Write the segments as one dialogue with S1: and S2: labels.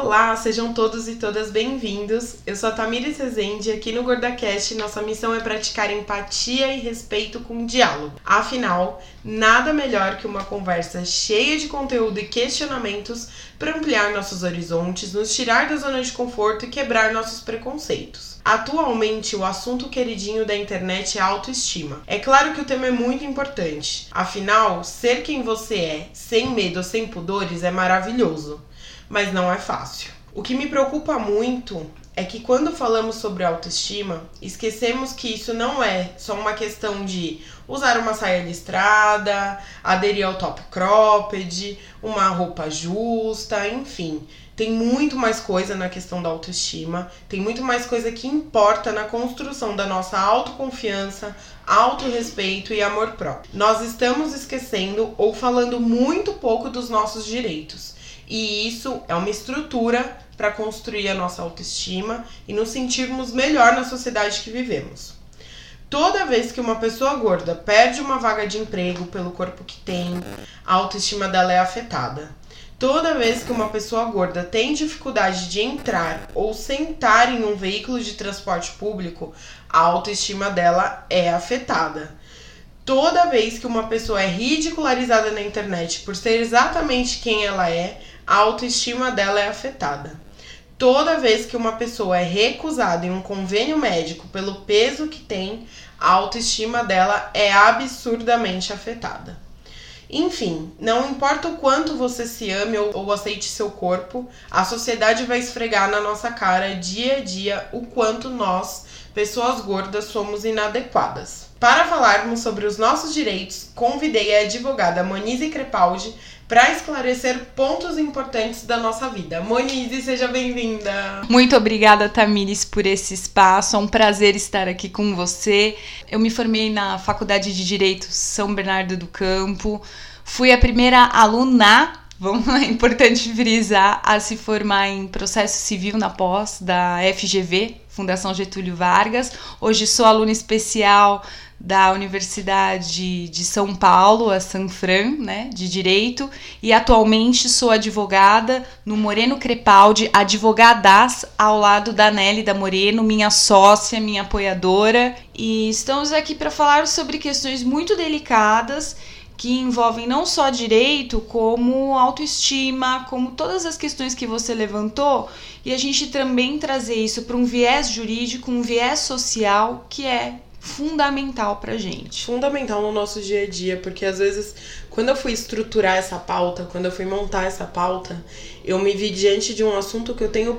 S1: Olá, sejam todos e todas bem-vindos. Eu sou a Tamires Rezende e aqui no GordaCast nossa missão é praticar empatia e respeito com diálogo. Afinal, nada melhor que uma conversa cheia de conteúdo e questionamentos para ampliar nossos horizontes, nos tirar da zona de conforto e quebrar nossos preconceitos. Atualmente, o assunto queridinho da internet é a autoestima. É claro que o tema é muito importante. Afinal, ser quem você é, sem medo ou sem pudores, é maravilhoso. Mas não é fácil. O que me preocupa muito é que quando falamos sobre autoestima, esquecemos que isso não é só uma questão de usar uma saia listrada, aderir ao top cropped, uma roupa justa, enfim. Tem muito mais coisa na questão da autoestima, tem muito mais coisa que importa na construção da nossa autoconfiança, autorrespeito e amor próprio. Nós estamos esquecendo ou falando muito pouco dos nossos direitos. E isso é uma estrutura para construir a nossa autoestima e nos sentirmos melhor na sociedade que vivemos. Toda vez que uma pessoa gorda perde uma vaga de emprego pelo corpo que tem, a autoestima dela é afetada. Toda vez que uma pessoa gorda tem dificuldade de entrar ou sentar em um veículo de transporte público, a autoestima dela é afetada. Toda vez que uma pessoa é ridicularizada na internet por ser exatamente quem ela é, a autoestima dela é afetada. Toda vez que uma pessoa é recusada em um convênio médico pelo peso que tem, a autoestima dela é absurdamente afetada. Enfim, não importa o quanto você se ame ou aceite seu corpo, a sociedade vai esfregar na nossa cara dia a dia o quanto nós, pessoas gordas, somos inadequadas. Para falarmos sobre os nossos direitos, convidei a advogada Monize Crepaldi para esclarecer pontos importantes da nossa vida. Monize, seja bem-vinda!
S2: Muito obrigada, Tamires, por esse espaço. É um prazer estar aqui com você. Eu me formei na Faculdade de Direito São Bernardo do Campo. Fui a primeira aluna, é importante frisar, a se formar em processo civil na pós da FGV, Fundação Getúlio Vargas. Hoje sou aluna especial da Universidade de São Paulo, a Sanfran, de Direito, e atualmente sou advogada no Moreno Crepaldi, advogadas ao lado da Nelly da Moreno, minha sócia, minha apoiadora, e estamos aqui para falar sobre questões muito delicadas que envolvem não só direito, como autoestima, como todas as questões que você levantou, e a gente também trazer isso para um viés jurídico, um viés social, que é fundamental pra gente.
S1: Fundamental no nosso dia a dia, porque às vezes, quando eu fui estruturar essa pauta, quando eu fui montar essa pauta, eu me vi diante de um assunto que eu tenho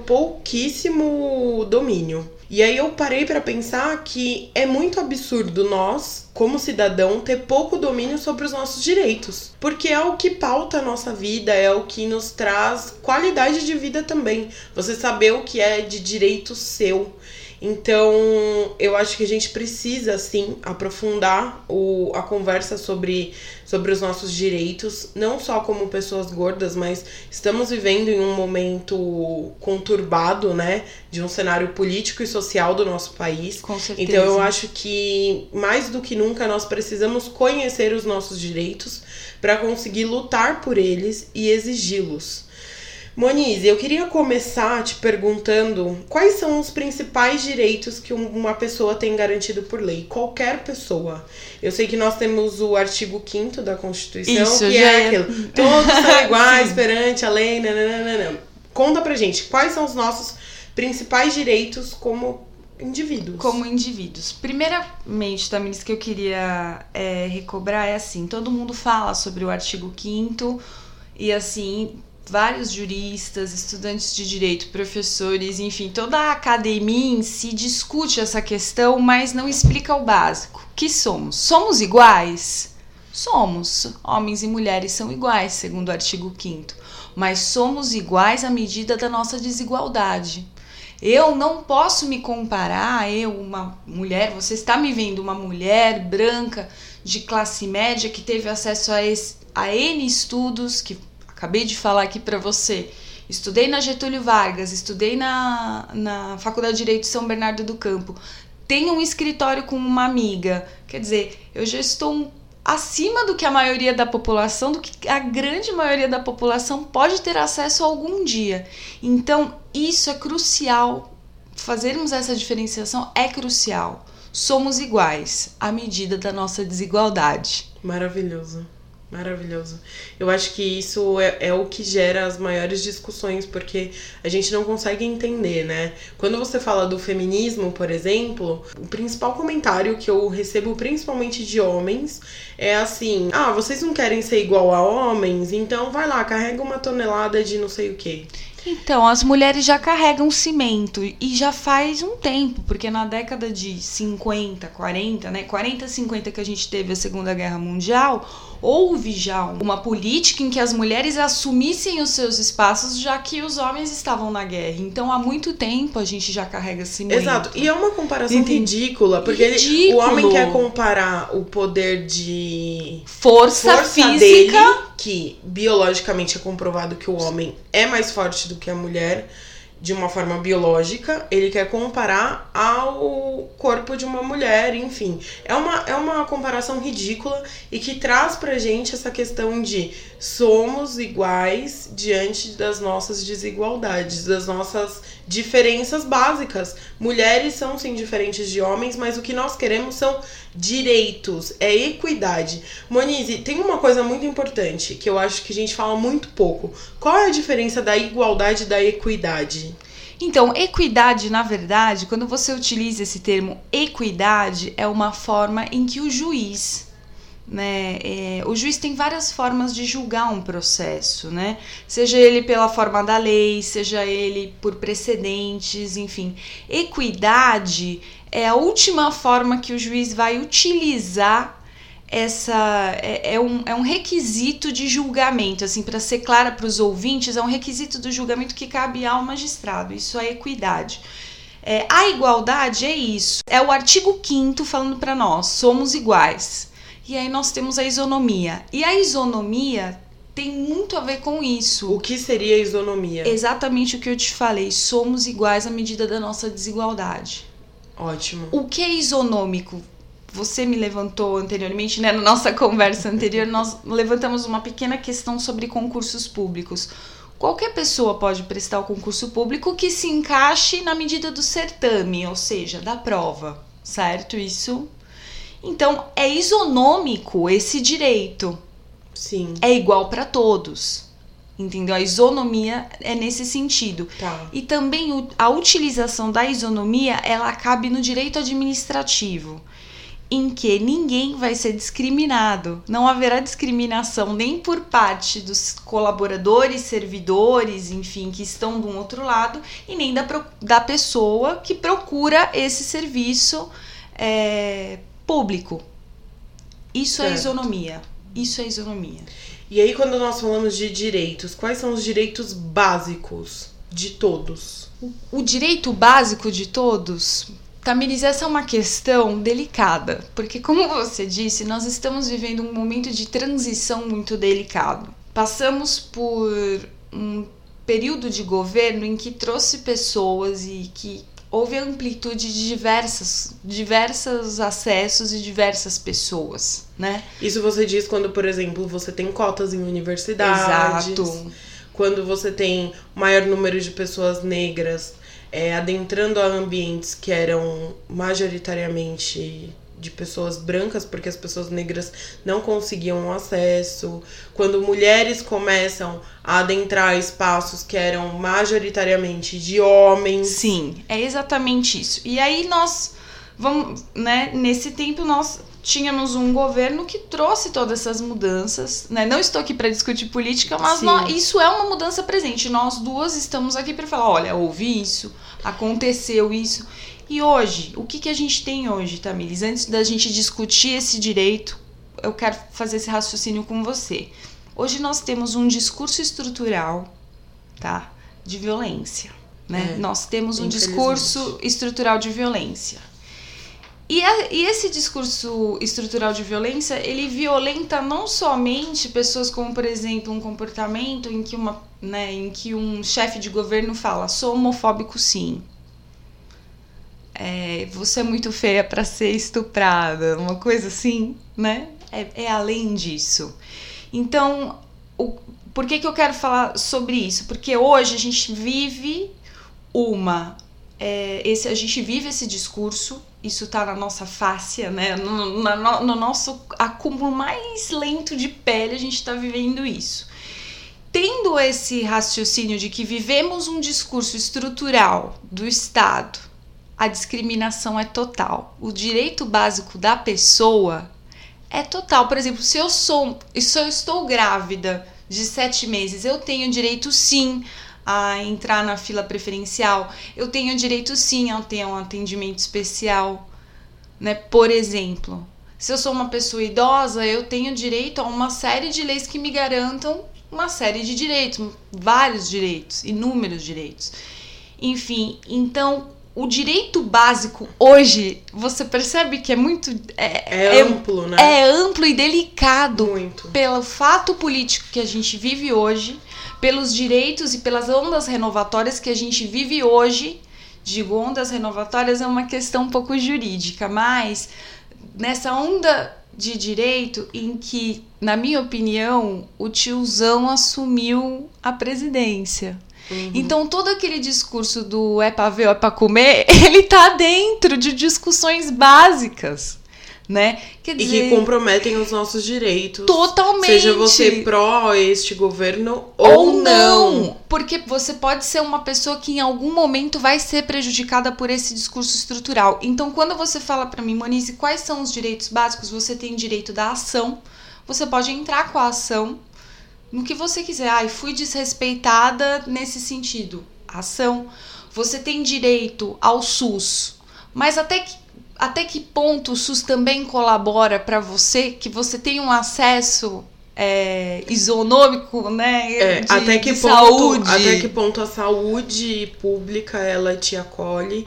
S1: pouquíssimo domínio. E aí eu parei pra pensar que é muito absurdo nós, como cidadão, ter pouco domínio sobre os nossos direitos. Porque é o que pauta a nossa vida, é o que nos traz qualidade de vida também. Você saber o que é de direito seu. Então, eu acho que a gente precisa, sim, aprofundar a conversa sobre os nossos direitos, não só como pessoas gordas, mas estamos vivendo em um momento conturbado, de um cenário político e social do nosso país.
S2: Com certeza.
S1: Então, eu acho que, mais do que nunca, nós precisamos conhecer os nossos direitos para conseguir lutar por eles e exigi-los. Monize, eu queria começar te perguntando quais são os principais direitos que uma pessoa tem garantido por lei, qualquer pessoa. Eu sei que nós temos o artigo 5º da Constituição,
S2: isso,
S1: que é aquilo, todos são iguais perante a lei, nananana. Conta pra gente, quais são os nossos principais direitos como indivíduos?
S2: Como indivíduos. Primeiramente, Tamires, que eu queria recobrar é assim, todo mundo fala sobre o artigo 5º e assim, vários juristas, estudantes de direito, professores, enfim, toda a academia em si discute essa questão, mas não explica o básico. Que somos? Somos iguais? Somos. Homens e mulheres são iguais, segundo o artigo 5º. Mas somos iguais à medida da nossa desigualdade. Eu não posso me comparar, uma mulher, você está me vendo uma mulher branca de classe média que teve acesso a N estudos, que acabei de falar aqui para você, estudei na Getúlio Vargas, estudei na Faculdade de Direito de São Bernardo do Campo, tenho um escritório com uma amiga, quer dizer, eu já estou acima do que a maioria da população, do que a grande maioria da população pode ter acesso algum dia. Então, isso é crucial. Fazermos essa diferenciação é crucial. Somos iguais à medida da nossa desigualdade.
S1: Maravilhoso. Maravilhoso. Eu acho que isso é o que gera as maiores discussões, porque a gente não consegue entender, né? Quando você fala do feminismo, por exemplo, o principal comentário que eu recebo, principalmente de homens, é assim: ah, vocês não querem ser igual a homens? Então vai lá, carrega uma tonelada de não sei o quê.
S2: Então, as mulheres já carregam cimento e já faz um tempo, porque na década de 50, 40, né? 40, 50 que a gente teve a Segunda Guerra Mundial, houve já uma política em que as mulheres assumissem os seus espaços, já que os homens estavam na guerra. Então, há muito tempo a gente já carrega cimento.
S1: Exato. E é uma comparação ridícula, porque o homem quer comparar o poder de
S2: força física
S1: dele, que biologicamente é comprovado que o homem é mais forte do que a mulher, de uma forma biológica. Ele quer comparar ao corpo de uma mulher, enfim. É uma comparação ridícula e que traz pra gente essa questão de somos iguais diante das nossas desigualdades, das nossas diferenças básicas. Mulheres são sim diferentes de homens, mas o que nós queremos são direitos, é equidade. Monize, tem uma coisa muito importante que eu acho que a gente fala muito pouco. Qual é a diferença da igualdade e da equidade?
S2: Então, equidade, na verdade, quando você utiliza esse termo equidade, é uma forma em que o juiz, né, o juiz tem várias formas de julgar um processo, né? Seja ele pela forma da lei, seja ele por precedentes, enfim. Equidade é a última forma que o juiz vai utilizar. É um requisito de julgamento, assim, para ser clara para os ouvintes, é um requisito do julgamento que cabe ao magistrado. Isso é equidade. A igualdade é isso. É o artigo 5º falando para nós, somos iguais. E aí nós temos a isonomia. E a isonomia tem muito a ver com isso.
S1: O que seria a isonomia?
S2: Exatamente o que eu te falei. Somos iguais à medida da nossa desigualdade.
S1: Ótimo.
S2: O que é isonômico? Você me levantou anteriormente, né? Na nossa conversa anterior, nós levantamos uma pequena questão sobre concursos públicos. Qualquer pessoa pode prestar o concurso público que se encaixe na medida do certame, ou seja, da prova, certo? Isso. Então, é isonômico esse direito.
S1: Sim.
S2: É igual para todos. Entendeu? A isonomia é nesse sentido.
S1: Tá.
S2: E também a utilização da isonomia, ela cabe no direito administrativo, em que ninguém vai ser discriminado. Não haverá discriminação nem por parte dos colaboradores, servidores, enfim, que estão do outro lado, e nem da pessoa que procura esse serviço público. Isso é isonomia. Isso é isonomia.
S1: E aí, quando nós falamos de direitos, quais são os direitos básicos de todos?
S2: O direito básico de todos, Tamires, essa é uma questão delicada, porque, como você disse, nós estamos vivendo um momento de transição muito delicado. Passamos por um período de governo em que trouxe pessoas e que houve amplitude de diversos acessos e diversas pessoas, né?
S1: Isso você diz quando, por exemplo, você tem cotas em universidades.
S2: Exato.
S1: Quando você tem maior número de pessoas negras adentrando a ambientes que eram majoritariamente de pessoas brancas, porque as pessoas negras não conseguiam acesso. Quando mulheres começam a adentrar espaços que eram majoritariamente de homens.
S2: Sim, é exatamente isso. E aí nós vamos, né, nesse tempo nós tínhamos um governo que trouxe todas essas mudanças, né? Não estou aqui para discutir política, mas isso é uma mudança presente. Nós duas estamos aqui para falar, olha, houve isso, aconteceu isso. E hoje, o que a gente tem hoje, Tamires? Antes da gente discutir esse direito, eu quero fazer esse raciocínio com você. Hoje nós temos um discurso estrutural, tá, de violência, né? Nós temos um discurso estrutural de violência. E esse discurso estrutural de violência, ele violenta não somente pessoas como, por exemplo, um comportamento em que um chefe de governo fala, sou homofóbico sim. você é muito feia para ser estuprada, uma coisa assim, né? É além disso. Então, por que eu quero falar sobre isso? Porque hoje a gente vive a gente vive esse discurso, isso tá na nossa fáscia, né? No nosso acúmulo mais lento de pele, a gente tá vivendo isso. Tendo esse raciocínio de que vivemos um discurso estrutural do Estado, a discriminação é total. O direito básico da pessoa é total. Por exemplo, se eu estou grávida de 7 meses, eu tenho direito sim a entrar na fila preferencial, eu tenho direito sim a ter um atendimento especial, né? Por exemplo, se eu sou uma pessoa idosa, eu tenho direito a uma série de leis que me garantam uma série de direitos, vários direitos, inúmeros direitos. Enfim, então o direito básico hoje, você percebe que é muito...
S1: É amplo, né?
S2: É amplo e delicado.
S1: Muito.
S2: Pelo fato político que a gente vive hoje, pelos direitos e pelas ondas renovatórias que a gente vive hoje. Digo, ondas renovatórias é uma questão um pouco jurídica, mas nessa onda de direito em que, na minha opinião, o tiozão assumiu a presidência. Uhum. Então, todo aquele discurso do é pra ver ou é pra comer, ele tá dentro de discussões básicas, né? Quer dizer,
S1: e que comprometem os nossos direitos.
S2: Totalmente.
S1: Seja você pró este governo ou não.
S2: Porque você pode ser uma pessoa que em algum momento vai ser prejudicada por esse discurso estrutural. Então, quando você fala pra mim, Monize, quais são os direitos básicos? Você tem direito da ação. Você pode entrar com a ação no que você quiser. Fui desrespeitada nesse sentido. Ação. Você tem direito ao SUS. Mas até que ponto o SUS também colabora para você, que você tenha um acesso isonômico, né, de saúde?
S1: Até que ponto a saúde pública, ela te acolhe?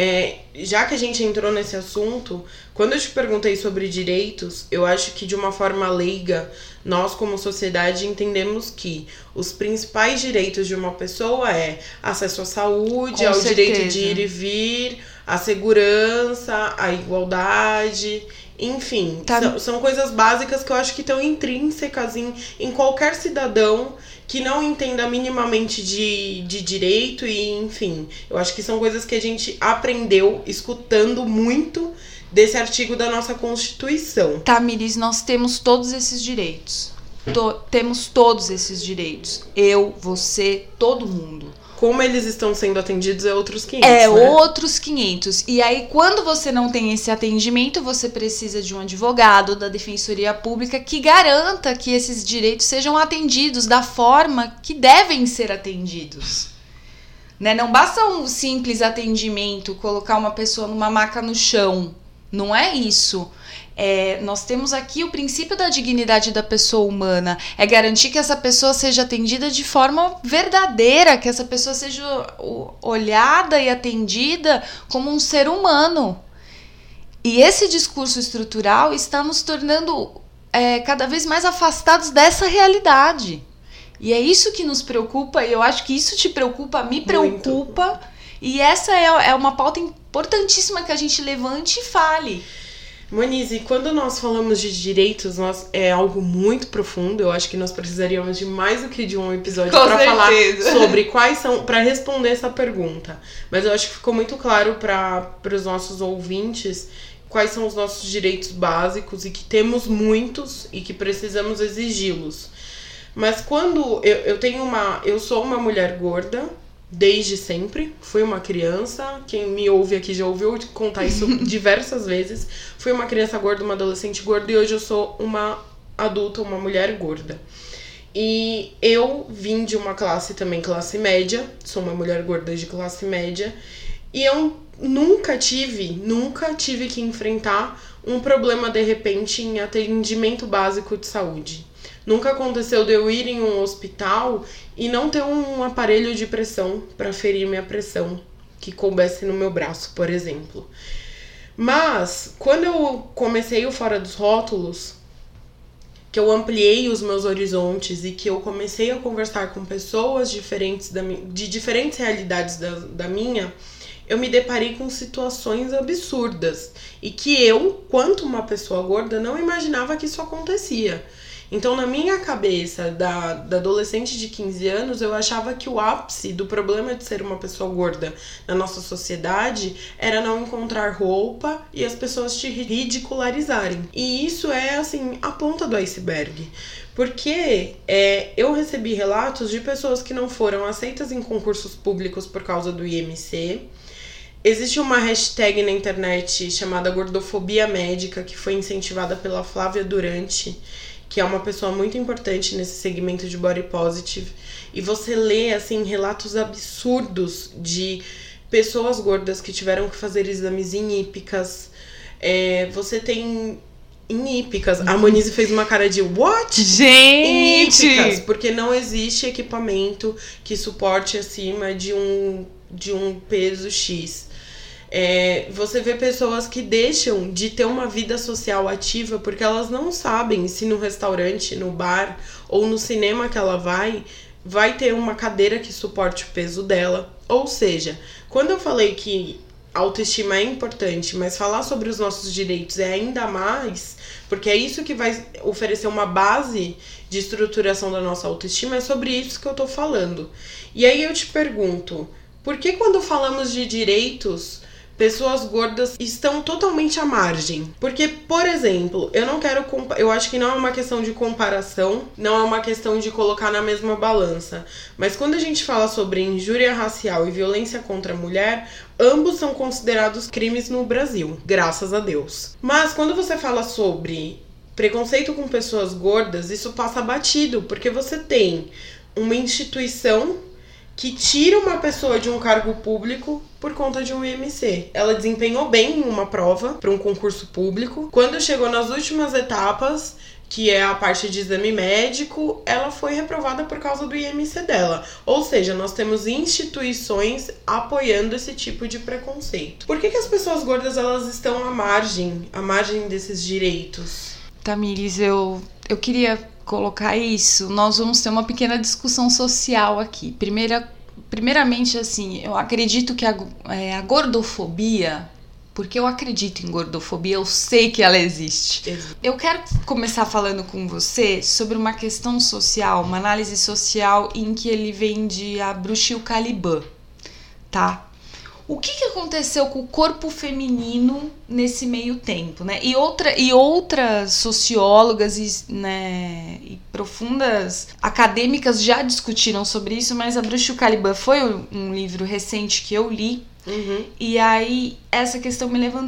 S1: Já que a gente entrou nesse assunto, quando eu te perguntei sobre direitos, eu acho que de uma forma leiga, nós como sociedade entendemos que os principais direitos de uma pessoa é acesso à saúde, ao direito de ir e vir, a segurança, a igualdade, enfim, são coisas básicas que eu acho que estão intrínsecas em qualquer cidadão que não entenda minimamente de direito e, enfim, eu acho que são coisas que a gente aprendeu escutando muito desse artigo da nossa Constituição.
S2: Tamiris, nós temos todos esses direitos. Temos todos esses direitos. Eu, você, todo mundo.
S1: Como eles estão sendo atendidos é outros 500,
S2: né? Outros 500. E aí, quando você não tem esse atendimento, você precisa de um advogado, da Defensoria Pública, que garanta que esses direitos sejam atendidos da forma que devem ser atendidos. Né? Não basta um simples atendimento, colocar uma pessoa numa maca no chão. Não é isso. Nós temos aqui o princípio da dignidade da pessoa humana. É garantir que essa pessoa seja atendida de forma verdadeira, que essa pessoa seja olhada e atendida como um ser humano. E esse discurso estrutural está nos tornando cada vez mais afastados dessa realidade. E é isso que nos preocupa, e eu acho que isso te preocupa, me preocupa. Muito. E essa é uma pauta importantíssima que a gente levante e fale.
S1: Monize, quando nós falamos de direitos, é algo muito profundo. Eu acho que nós precisaríamos de mais do que de um episódio para falar sobre quais são, para responder essa pergunta. Mas eu acho que ficou muito claro para os nossos ouvintes quais são os nossos direitos básicos e que temos muitos e que precisamos exigi-los. Mas quando eu sou uma mulher gorda, desde sempre, fui uma criança, quem me ouve aqui já ouviu contar isso diversas vezes, fui uma criança gorda, uma adolescente gorda e hoje eu sou uma adulta, uma mulher gorda. E eu vim de uma classe média, sou uma mulher gorda de classe média, e eu nunca tive que enfrentar um problema de repente em atendimento básico de saúde. Nunca aconteceu de eu ir em um hospital e não ter um aparelho de pressão para ferir minha pressão que coubesse no meu braço, por exemplo. Mas, quando eu comecei o Fora dos Rótulos, que eu ampliei os meus horizontes e que eu comecei a conversar com pessoas diferentes de diferentes realidades da minha, eu me deparei com situações absurdas. E que eu, quanto uma pessoa gorda, não imaginava que isso acontecia. Então, na minha cabeça, da adolescente de 15 anos, eu achava que o ápice do problema de ser uma pessoa gorda na nossa sociedade era não encontrar roupa e as pessoas te ridicularizarem. E isso é, assim, a ponta do iceberg. Porque eu recebi relatos de pessoas que não foram aceitas em concursos públicos por causa do IMC. Existe uma hashtag na internet chamada Gordofobia Médica, que foi incentivada pela Flávia Durante, que é uma pessoa muito importante nesse segmento de body positive, e você lê, assim, relatos absurdos de pessoas gordas que tiveram que fazer exames em hípicas. Você tem em hípicas. A Monize fez uma cara de what?
S2: Gente!
S1: Em hípicas, porque não existe equipamento que suporte acima de um peso X. Você vê pessoas que deixam de ter uma vida social ativa porque elas não sabem se no restaurante, no bar ou no cinema que ela vai ter uma cadeira que suporte o peso dela. Ou seja, quando eu falei que a autoestima é importante, mas falar sobre os nossos direitos é ainda mais, porque é isso que vai oferecer uma base de estruturação da nossa autoestima, é sobre isso que eu tô falando. E aí eu te pergunto, por que quando falamos de direitos, pessoas gordas estão totalmente à margem? Porque, por exemplo, eu acho que não é uma questão de comparação, não é uma questão de colocar na mesma balança, mas quando a gente fala sobre injúria racial e violência contra a mulher, ambos são considerados crimes no Brasil, graças a Deus. Mas quando você fala sobre preconceito com pessoas gordas, isso passa batido, porque você tem uma instituição que tira uma pessoa de um cargo público por conta de um IMC. Ela desempenhou bem em uma prova para um concurso público. Quando chegou nas últimas etapas, que é a parte de exame médico, ela foi reprovada por causa do IMC dela. Ou seja, nós temos instituições apoiando esse tipo de preconceito. Por que as pessoas gordas elas estão à margem desses direitos?
S2: Tamires, eu queria colocar isso. Nós vamos ter uma pequena discussão social aqui. Primeiramente, assim, eu acredito que a gordofobia, porque eu acredito em gordofobia, eu sei que ela existe. Eu quero começar falando com você sobre uma questão social, uma análise social em que ele vem de Abruzzi Caliban, tá? O que aconteceu com o corpo feminino nesse meio tempo, né? E outras sociólogas e profundas acadêmicas já discutiram sobre isso, mas Abruzzi Caliban foi um livro recente que eu li.
S1: Uhum.
S2: E aí essa questão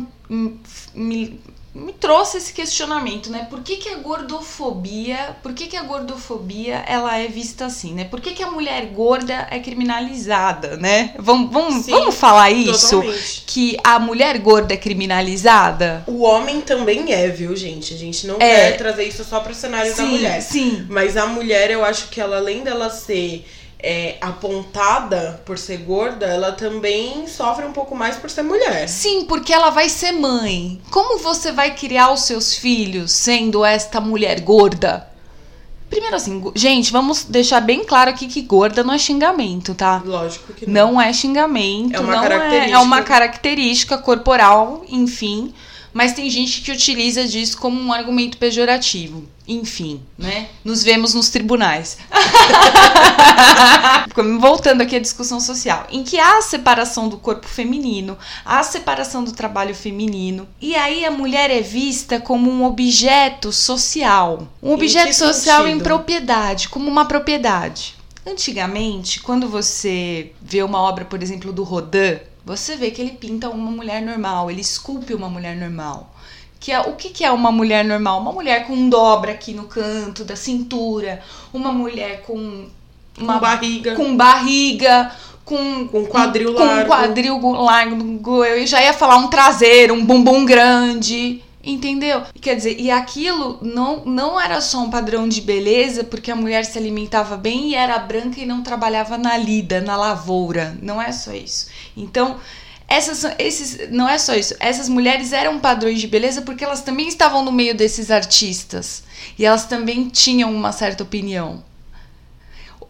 S2: me trouxe esse questionamento, né? Por que a gordofobia ela é vista assim, né? Por que a mulher gorda é criminalizada, né? Vamos falar isso?
S1: Totalmente.
S2: Que a mulher gorda é criminalizada?
S1: O homem também viu, gente? A gente não quer trazer isso só pro cenário da mulher.
S2: Sim.
S1: Mas a mulher, eu acho que ela, além dela ser apontada por ser gorda, ela também sofre um pouco mais por ser mulher.
S2: Sim, porque ela vai ser mãe. Como você vai criar os seus filhos sendo esta mulher gorda? Primeiro assim, gente, vamos deixar bem claro aqui que gorda não é xingamento, tá?
S1: Lógico que não.
S2: Não é xingamento,
S1: é uma característica.
S2: É uma característica corporal, enfim. Mas tem gente que utiliza disso como um argumento pejorativo. Enfim, né? Nos vemos nos tribunais. Voltando aqui à discussão social, em que há a separação do corpo feminino, há a separação do trabalho feminino, e aí a mulher é vista como um objeto social. Um objeto social em propriedade, como uma propriedade. Antigamente, quando você vê uma obra, por exemplo, do Rodin, você vê que ele pinta uma mulher normal, ele esculpe uma mulher normal. O que é uma mulher normal? Uma mulher com um dobra aqui no canto da cintura, uma mulher com
S1: barriga,
S2: com
S1: quadril largo.
S2: Com quadril largo, eu já ia falar um traseiro, um bumbum grande, entendeu? Quer dizer, e aquilo não era só um padrão de beleza, porque a mulher se alimentava bem e era branca e não trabalhava na lida, na lavoura. Não é só isso. Então, não é só isso. Essas mulheres eram padrões de beleza porque elas também estavam no meio desses artistas. E elas também tinham uma certa opinião.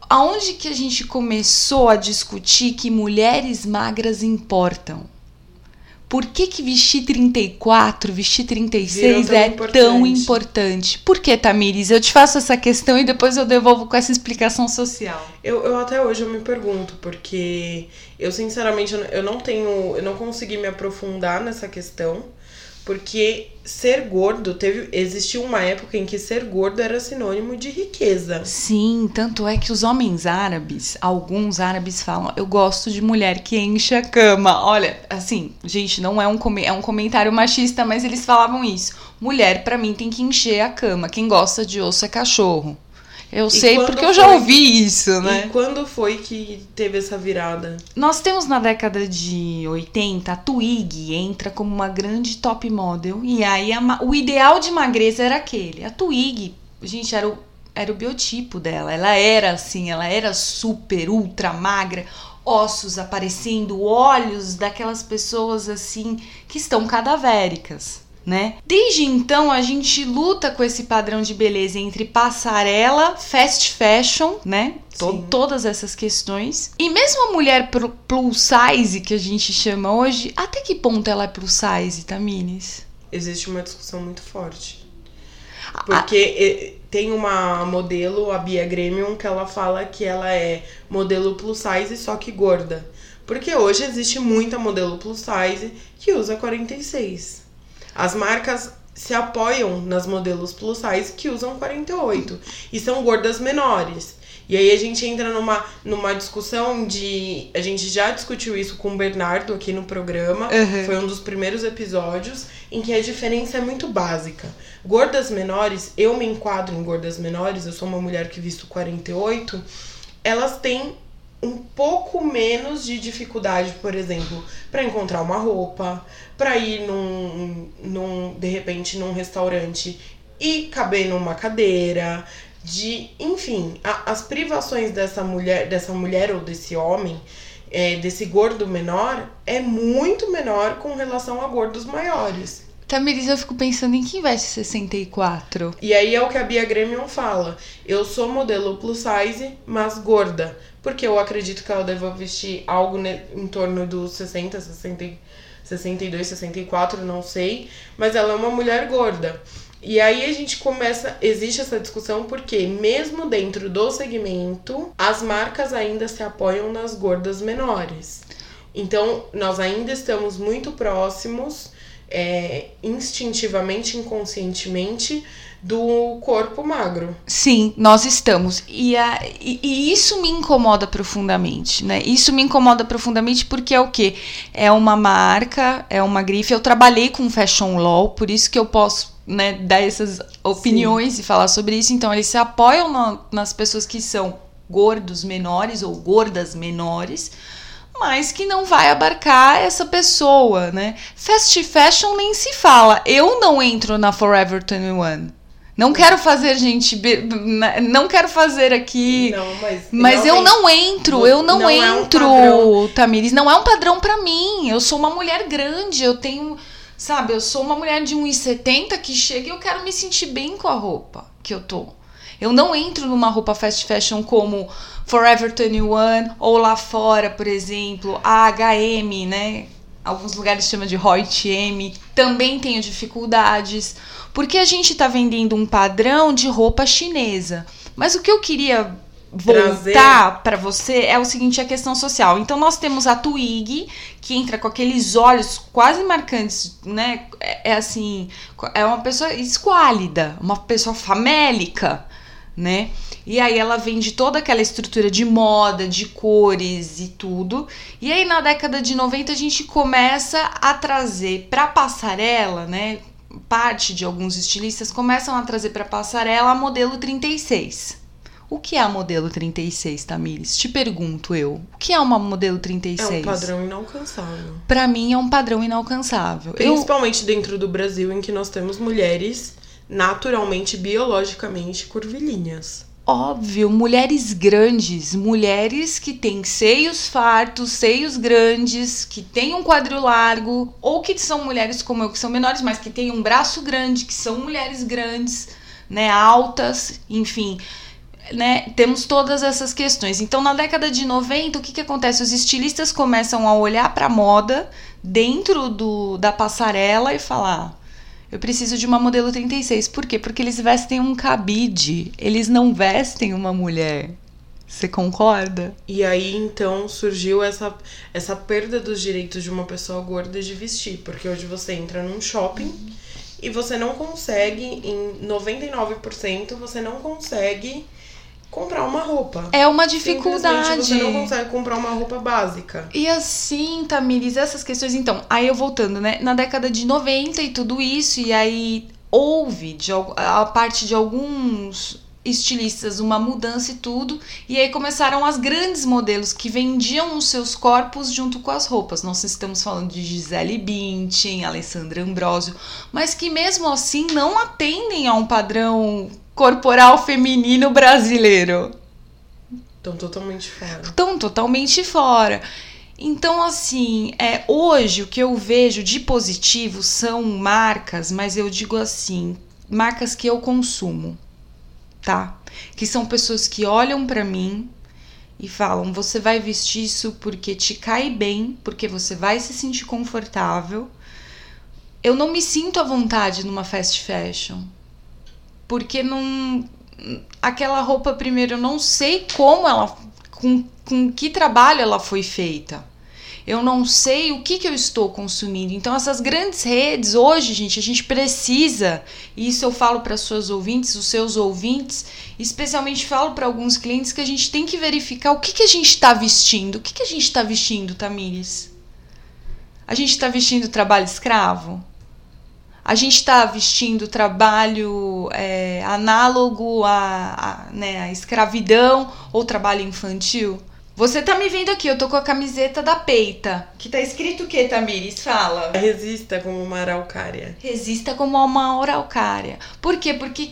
S2: aonde que a gente começou a discutir que mulheres magras importam? Por que vestir 34, vestir 36 é tão importante? Por que, Tamires? Eu te faço essa questão e depois eu devolvo com essa explicação social.
S1: Eu até hoje eu me pergunto, porque eu sinceramente eu não consegui me aprofundar nessa questão, porque ser gordo, existiu uma época em que ser gordo era sinônimo de riqueza.
S2: Sim, tanto é que os homens árabes, alguns árabes falam, eu gosto de mulher que enche a cama. Olha, assim, gente, não é um comentário machista, mas eles falavam isso. Mulher, pra mim, tem que encher a cama. Quem gosta de osso é cachorro. Eu sei porque eu já ouvi isso, né?
S1: E quando foi que teve essa virada?
S2: Nós temos na década de 80, a Twiggy entra como uma grande top model. E aí o ideal de magreza era aquele. A Twiggy, gente, era o biotipo dela. Ela era assim, ela era super, ultra magra. Ossos aparecendo, olhos daquelas pessoas assim que estão cadavéricas. Né? Desde então a gente luta com esse padrão de beleza entre passarela, fast fashion, né? Todas essas questões. E mesmo a mulher plus size, que a gente chama hoje, até que ponto ela é plus size, Tamires?
S1: Existe uma discussão muito forte. Porque tem uma modelo, a Bia Gremion, que ela fala que ela é modelo plus size, só que gorda. Porque hoje existe muita modelo plus size que usa 46. As marcas se apoiam nas modelos plus size que usam 48 e são gordas menores. E aí a gente entra numa discussão de... A gente já discutiu isso com o Bernardo aqui no programa. Foi um dos primeiros episódios em que a diferença é muito básica. Gordas menores, eu me enquadro em gordas menores, eu sou uma mulher que visto 48, elas têm um pouco menos de dificuldade, por exemplo, para encontrar uma roupa, para ir de repente num restaurante e caber numa cadeira, enfim, as privações dessa mulher ou desse homem, desse gordo menor, é muito menor com relação a gordos maiores.
S2: Tamires, eu fico pensando em quem veste 64.
S1: E aí é o que a Bia Gremion fala. Eu sou modelo plus size, mas gorda. Porque eu acredito que ela deva vestir algo em torno dos 60, 62, 64, não sei. Mas ela é uma mulher gorda. E aí a gente existe essa discussão porque mesmo dentro do segmento, as marcas ainda se apoiam nas gordas menores. Então, nós ainda estamos muito próximos, instintivamente, inconscientemente, do corpo magro.
S2: Sim, nós estamos. E isso me incomoda profundamente, né? Isso me incomoda profundamente porque é o quê? É uma marca, é uma grife. Eu trabalhei com Fashion Law, por isso que eu posso, né, dar essas opiniões. Sim. E falar sobre isso. Então, eles se apoiam nas pessoas que são gordos menores ou gordas menores, mas que não vai abarcar essa pessoa, né? Fast fashion nem se fala. Eu não entro na Forever 21. Não quero fazer, gente, não quero fazer aqui, mas eu não entro, Tamires, não é um padrão pra mim. Eu sou uma mulher grande, eu sou uma mulher de 1,70 que chega e eu quero me sentir bem com a roupa que eu tô. Eu não entro numa roupa fast fashion como Forever 21 ou lá fora, por exemplo, a H&M, né? Alguns lugares chamam de H&M. Também tenho dificuldades, porque a gente tá vendendo um padrão de roupa chinesa. Mas o que eu queria voltar para você é o seguinte, a questão social. Então nós temos a Twiggy, que entra com aqueles olhos quase marcantes, né? Assim, é uma pessoa esquálida, uma pessoa famélica, né? E aí ela vende toda aquela estrutura de moda, de cores e tudo. E aí na década de 90 a gente começa a trazer pra passarela, né? Parte de alguns estilistas começam a trazer pra passarela a modelo 36. O que é a modelo 36, Tamires? Te pergunto eu. O que é uma modelo 36?
S1: É um padrão inalcançável.
S2: Pra mim é um padrão inalcançável.
S1: Principalmente dentro do Brasil, em que nós temos mulheres naturalmente, biologicamente curvilíneas.
S2: Óbvio, mulheres grandes, mulheres que têm seios fartos, seios grandes, que têm um quadril largo, ou que são mulheres como eu, que são menores, mas que têm um braço grande, que são mulheres grandes, né, altas, enfim. né, temos todas essas questões. Então, na década de 90, o que acontece? Os estilistas começam a olhar para a moda dentro da passarela e falar: eu preciso de uma modelo 36. Por quê? Porque eles vestem um cabide, eles não vestem uma mulher. Você concorda?
S1: E aí, então, surgiu essa perda dos direitos de uma pessoa gorda de vestir. Porque hoje você entra num shopping e você não consegue, em 99%, você não consegue comprar uma roupa.
S2: É uma dificuldade.
S1: Você não consegue comprar uma roupa básica.
S2: E assim, Tamires, essas questões... Então, aí eu voltando, né? Na década de 90 e tudo isso, e aí houve, a parte de alguns estilistas, uma mudança e tudo, e aí começaram as grandes modelos que vendiam os seus corpos junto com as roupas. Nós estamos falando de Gisele Bündchen, Alessandra Ambrosio, mas que mesmo assim não atendem a um padrão corporal feminino brasileiro.
S1: Estão totalmente fora.
S2: Estão totalmente fora. Então, assim, hoje o que eu vejo de positivo são marcas, mas eu digo assim, marcas que eu consumo, tá? Que são pessoas que olham pra mim e falam: você vai vestir isso porque te cai bem, porque você vai se sentir confortável. Eu não me sinto à vontade numa fast fashion, porque não... Aquela roupa, primeiro, eu não sei como ela... Com que trabalho ela foi feita. Eu não sei o que eu estou consumindo. Então, essas grandes redes, hoje, gente, a gente precisa, e isso eu falo para suas ouvintes, os seus ouvintes, especialmente falo para alguns clientes, que a gente tem que verificar o que a gente está vestindo. O que a gente está vestindo, Tamires? A gente está vestindo trabalho escravo? A gente está vestindo trabalho análogo à escravidão ou trabalho infantil? Você tá me vendo aqui, eu tô com a camiseta da Peita. Que tá escrito o que, Tamires? Fala.
S1: Resista como uma araucária.
S2: Resista como uma araucária. Por quê? Porque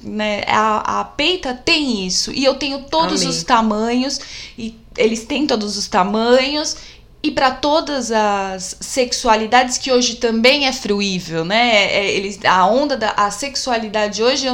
S2: a Peita tem isso. E eu tenho todos os tamanhos. E eles têm todos os tamanhos. E para todas as sexualidades, que hoje também é fruível, né? A onda da sexualidade hoje,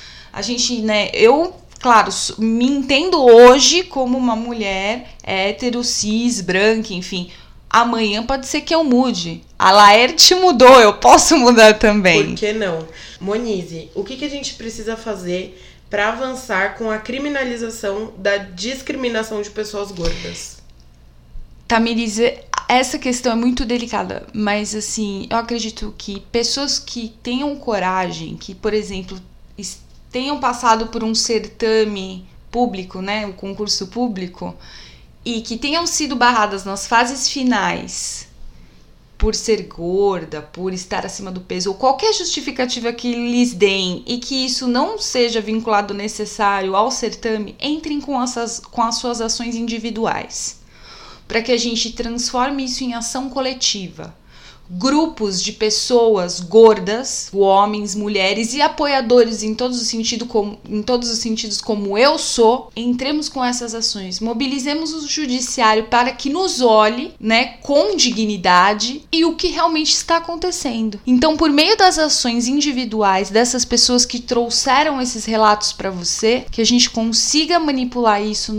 S2: eu, claro, me entendo hoje como uma mulher hétero, cis, branca, enfim. Amanhã pode ser que eu mude. A Laerte mudou, eu posso mudar também.
S1: Por que não? Monize, o que a gente precisa fazer para avançar com a criminalização da discriminação de pessoas gordas?
S2: Tamires, essa questão é muito delicada, mas assim, eu acredito que pessoas que tenham coragem, que, por exemplo, tenham passado por um certame público, né, um concurso público, e que tenham sido barradas nas fases finais por ser gorda, por estar acima do peso, ou qualquer justificativa que lhes deem, e que isso não seja vinculado necessário ao certame, entrem com as suas ações individuais, para que a gente transforme isso em ação coletiva. Grupos de pessoas gordas, homens, mulheres e apoiadores em todos os sentidos, como eu sou, entremos com essas ações, mobilizemos o judiciário para que nos olhe, né, com dignidade e o que realmente está acontecendo. Então, por meio das ações individuais dessas pessoas que trouxeram esses relatos para você, que a gente consiga manipular isso,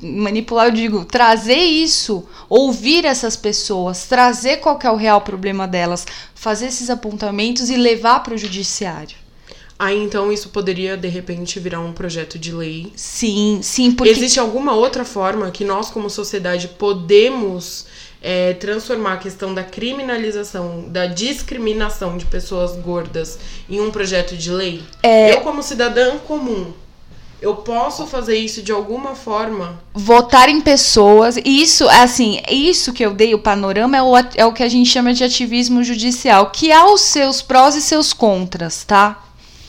S2: eu digo, trazer isso, ouvir essas pessoas, trazer qual que é o real problema delas, fazer esses apontamentos e levar para o judiciário.
S1: Aí, então, isso poderia, de repente, virar um projeto de lei?
S2: Sim, porque...
S1: Existe alguma outra forma que nós, como sociedade, podemos transformar a questão da criminalização, da discriminação de pessoas gordas em um projeto de lei? Eu, como cidadã comum, eu posso fazer isso de alguma forma?
S2: Votar em pessoas. Isso, assim, isso que eu dei, o panorama, é o que a gente chama de ativismo judicial, que há os seus prós e seus contras, tá?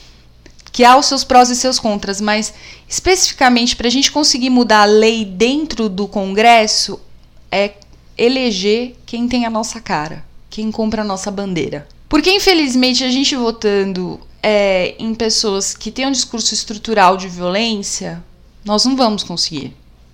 S2: Que há os seus prós e seus contras, mas especificamente para a gente conseguir mudar a lei dentro do Congresso, é eleger quem tem a nossa cara, quem compra a nossa bandeira. Porque, infelizmente, a gente votando em pessoas que têm um discurso estrutural de violência, nós não vamos conseguir.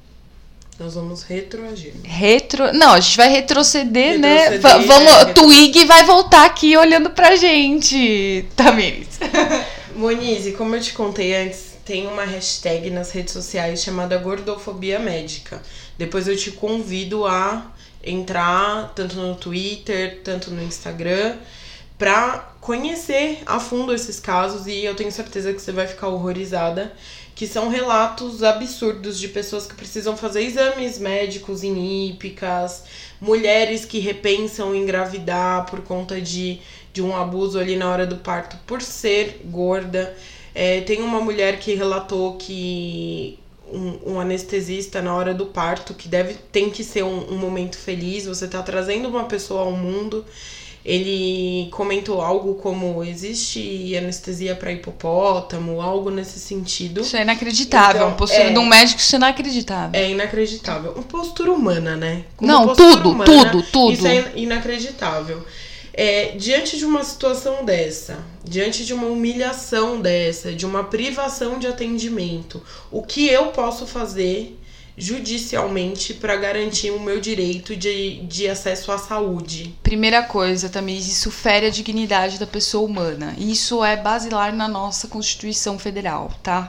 S1: Nós vamos retroagir.
S2: Não, a gente vai retroceder, né? Twig vai voltar aqui olhando pra gente, Tamires.
S1: Monize, como eu te contei antes, tem uma hashtag nas redes sociais chamada Gordofobia Médica. Depois eu te convido a entrar tanto no Twitter, tanto no Instagram, pra conhecer a fundo esses casos, e eu tenho certeza que você vai ficar horrorizada, que são relatos absurdos de pessoas que precisam fazer exames médicos em hípicas, mulheres que repensam engravidar por conta de um abuso ali na hora do parto por ser gorda. Tem uma mulher que relatou que um anestesista na hora do parto, que tem que ser um momento feliz, você tá trazendo uma pessoa ao mundo. Ele comentou algo como: existe anestesia para hipopótamo, algo nesse sentido.
S2: Isso é inacreditável. Então, postura de um médico, isso é inacreditável. É
S1: inacreditável. Uma postura humana, né?
S2: Tudo.
S1: Isso é inacreditável. Diante de uma situação dessa, diante de uma humilhação dessa, de uma privação de atendimento, o que eu posso fazer judicialmente para garantir o meu direito de acesso à saúde?
S2: Primeira coisa, Tamiris, isso fere a dignidade da pessoa humana. Isso é basilar na nossa Constituição Federal, tá?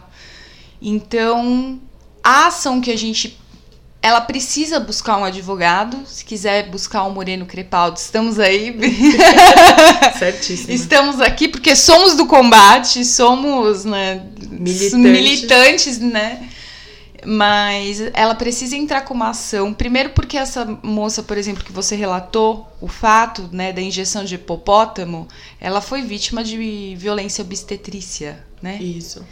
S2: Então, a ação que ela precisa buscar um advogado. Se quiser buscar um Moreno Crepaldi, estamos aí.
S1: Certíssimo.
S2: Estamos aqui porque somos do combate, somos, né, militantes, né? Mas ela precisa entrar com uma ação. Primeiro porque essa moça, por exemplo, que você relatou, o fato, né, da injeção de hipopótamo, ela foi vítima de violência obstetrícia, né?
S1: Isso.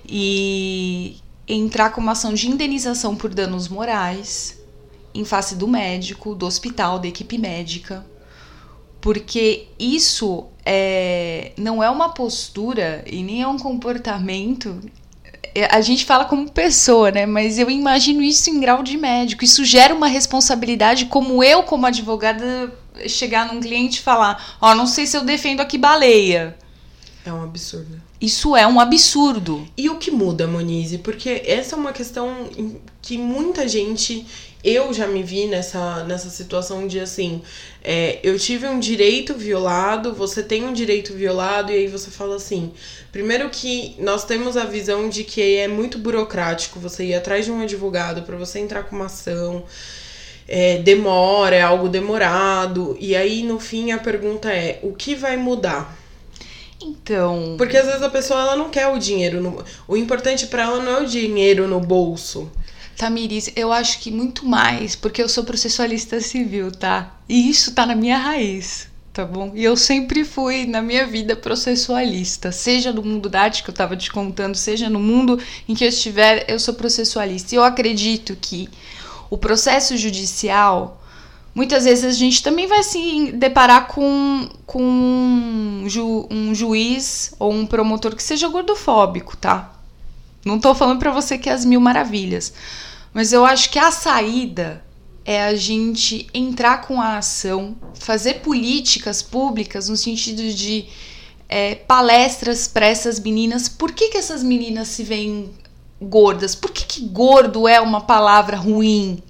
S2: E entrar com uma ação de indenização por danos morais em face do médico, do hospital, da equipe médica. Porque isso não é uma postura e nem é um comportamento. A gente fala como pessoa, né? Mas eu imagino isso em grau de médico. Isso gera uma responsabilidade, como advogada, chegar num cliente e falar: não sei se eu defendo aqui baleia.
S1: É um absurdo.
S2: Isso é um absurdo.
S1: E o que muda, Monize? Porque essa é uma questão que muita gente... Eu já me vi nessa situação de assim... eu tive um direito violado, você tem um direito violado, e aí você fala assim... Primeiro que nós temos a visão de que é muito burocrático você ir atrás de um advogado para você entrar com uma ação... demora, é algo demorado. E aí, no fim, a pergunta é: o que vai mudar?
S2: Então...
S1: Porque às vezes a pessoa ela não quer o dinheiro. O importante pra ela não é o dinheiro no bolso.
S2: Tamiris, eu acho que muito mais, porque eu sou processualista civil, tá? E isso tá na minha raiz, tá bom? E eu sempre fui, na minha vida, processualista. Seja no mundo da arte que eu tava te contando, seja no mundo em que eu estiver, eu sou processualista. E eu acredito que o processo judicial... Muitas vezes a gente também vai se deparar com um juiz ou um promotor que seja gordofóbico, tá? Não tô falando pra você que é as mil maravilhas. Mas eu acho que a saída é a gente entrar com a ação, fazer políticas públicas no sentido de palestras para essas meninas. Por que essas meninas se veem gordas? Por que gordo é uma palavra ruim?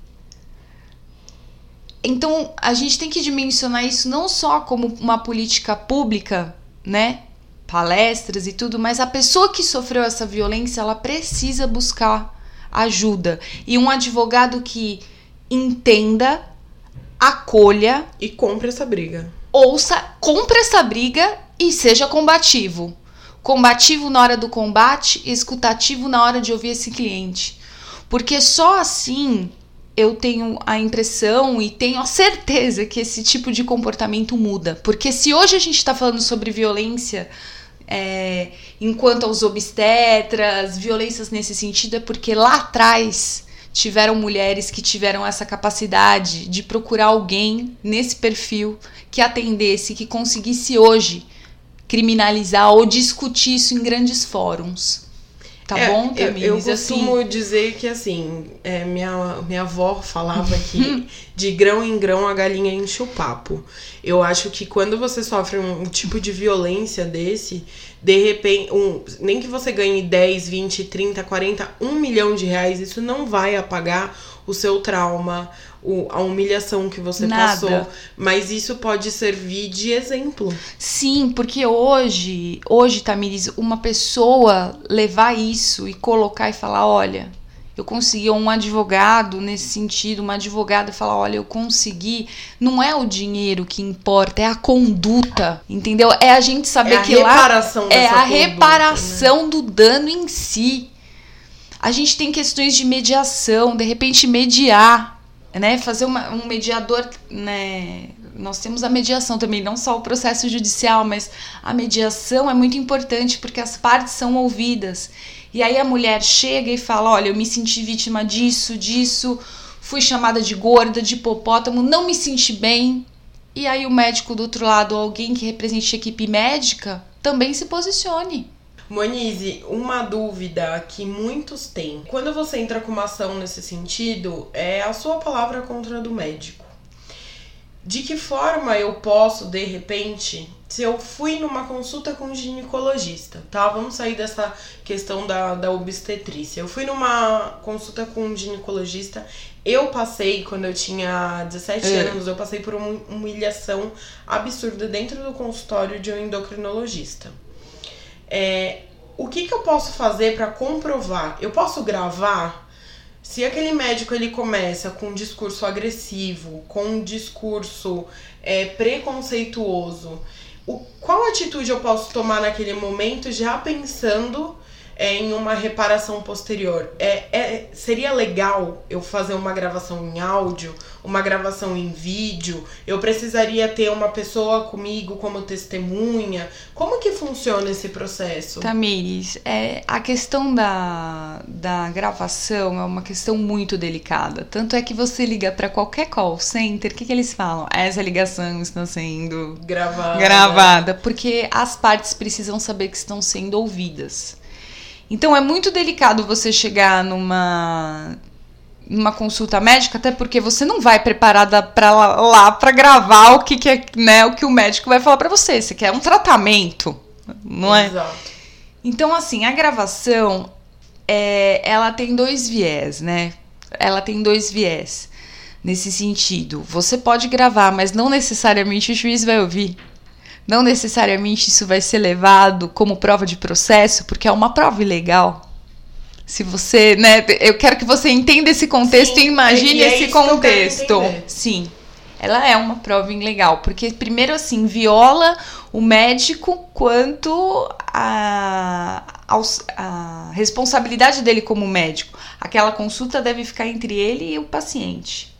S2: Então, a gente tem que dimensionar isso não só como uma política pública, né? Palestras e tudo, mas a pessoa que sofreu essa violência, ela precisa buscar ajuda. E um advogado que entenda, acolha...
S1: E compre essa briga.
S2: Compre essa briga e seja combativo. Combativo na hora do combate e escutativo na hora de ouvir esse cliente. Porque só assim... eu tenho a impressão e tenho a certeza que esse tipo de comportamento muda. Porque se hoje a gente está falando sobre violência enquanto aos obstetras, violências nesse sentido, é porque lá atrás tiveram mulheres que tiveram essa capacidade de procurar alguém nesse perfil que atendesse, que conseguisse hoje criminalizar ou discutir isso em grandes fóruns. Tá bom, Tamiris?
S1: Eu costumo dizer que, assim, minha avó falava que de grão em grão a galinha enche o papo. Eu acho que quando você sofre um tipo de violência desse, de repente, nem que você ganhe 10, 20, 30, 40, 1 milhão de reais, isso não vai apagar o seu trauma, a humilhação que você passou, mas isso pode servir de exemplo.
S2: Sim, porque hoje, Tamires, uma pessoa levar isso e colocar e falar, olha, eu consegui, um advogado nesse sentido, uma advogada falar, olha, eu consegui, não é o dinheiro que importa, é a conduta, entendeu? É a gente saber que lá é a reparação, né, do dano em si. A gente tem questões de mediação, de repente mediar, né? Fazer um mediador, né? Nós temos a mediação também, não só o processo judicial, mas a mediação é muito importante porque as partes são ouvidas. E aí a mulher chega e fala, olha, eu me senti vítima disso, fui chamada de gorda, de hipopótamo, não me senti bem. E aí o médico do outro lado, alguém que represente a equipe médica, também se posicione.
S1: Monize, uma dúvida que muitos têm. Quando você entra com uma ação nesse sentido, é a sua palavra contra a do médico. De que forma eu posso, de repente, se eu fui numa consulta com um ginecologista, tá? Vamos sair dessa questão da obstetrícia. Eu fui numa consulta com um ginecologista, eu passei, quando eu tinha 17 anos, eu passei por uma humilhação absurda dentro do consultório de um endocrinologista. O que eu posso fazer para comprovar? Eu posso gravar? Se aquele médico ele começa com um discurso agressivo, com um discurso preconceituoso, qual atitude eu posso tomar naquele momento já pensando em uma reparação posterior? Seria legal eu fazer uma gravação em áudio, uma gravação em vídeo? Eu precisaria ter uma pessoa comigo como testemunha? Como que funciona esse processo?
S2: Tamires, a questão da gravação é uma questão muito delicada. Tanto é que você liga para qualquer call center, o que eles falam? Essa ligação está sendo gravada, porque as partes precisam saber que estão sendo ouvidas. Então é muito delicado você chegar numa consulta médica, até porque você não vai preparada para gravar o que é, né, o que o médico vai falar para você. Você quer um tratamento, não é?
S1: Exato.
S2: Então, assim, a gravação, ela tem dois viés, né? Ela tem dois viés nesse sentido. Você pode gravar, mas não necessariamente o juiz vai ouvir. Não necessariamente isso vai ser levado como prova de processo, porque é uma prova ilegal. Se você, né, eu quero que você entenda esse contexto. Sim, e imagine esse contexto. Sim, ela é uma prova ilegal, porque primeiro assim, viola o médico quanto a responsabilidade dele como médico. Aquela consulta deve ficar entre ele e o paciente.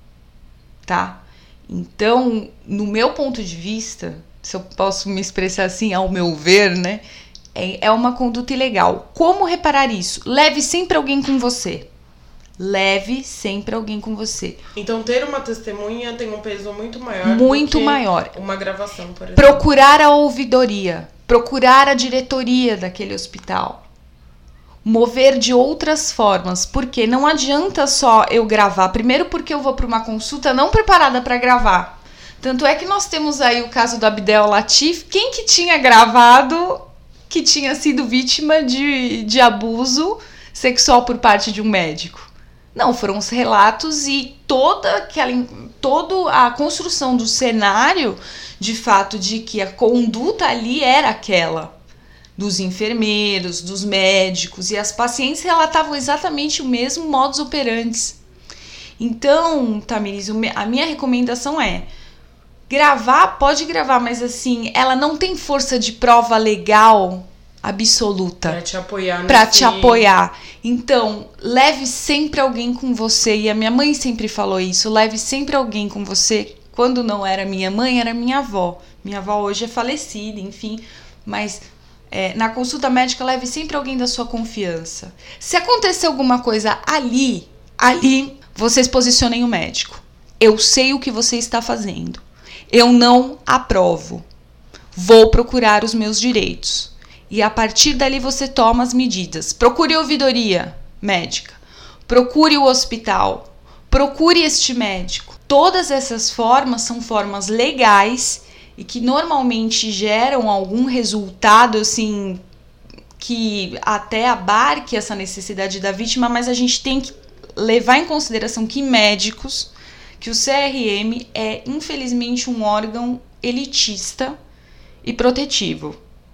S2: Tá? Então, no meu ponto de vista, se eu posso me expressar assim, ao meu ver, né? É uma conduta ilegal. Como reparar isso? Leve sempre alguém com você. Leve sempre alguém com você.
S1: Então, ter uma testemunha tem um peso muito maior
S2: muito
S1: do que
S2: maior.
S1: Uma gravação, por exemplo.
S2: Procurar a ouvidoria. Procurar a diretoria daquele hospital. Mover de outras formas. Porque não adianta só eu gravar. Primeiro porque eu vou para uma consulta não preparada para gravar. Tanto é que nós temos aí o caso do Abdel Latif. Quem que tinha gravado que tinha sido vítima de abuso sexual por parte de um médico? Não, foram os relatos e toda a construção do cenário, de fato, de que a conduta ali era aquela. Dos enfermeiros, dos médicos, e as pacientes relatavam exatamente o mesmo modus operandi. Então, Tamires, a minha recomendação é: gravar, pode gravar, mas assim, ela não tem força de prova legal absoluta.
S1: Pra te apoiar.
S2: Pra te apoiar. Então, leve sempre alguém com você. E a minha mãe sempre falou isso. Leve sempre alguém com você. Quando não era minha mãe, era minha avó. Minha avó hoje é falecida, enfim. Mas na consulta médica, leve sempre alguém da sua confiança. Se acontecer alguma coisa ali, vocês posicionem o médico. Eu sei o que você está fazendo. Eu não aprovo. Vou procurar os meus direitos. E a partir dali você toma as medidas. Procure a ouvidoria médica. Procure o hospital. Procure este médico. Todas essas formas são formas legais e que normalmente geram algum resultado, assim, que até abarque essa necessidade da vítima, mas a gente tem que levar em consideração que médicos que o CRM é, infelizmente, um órgão elitista e protetivo.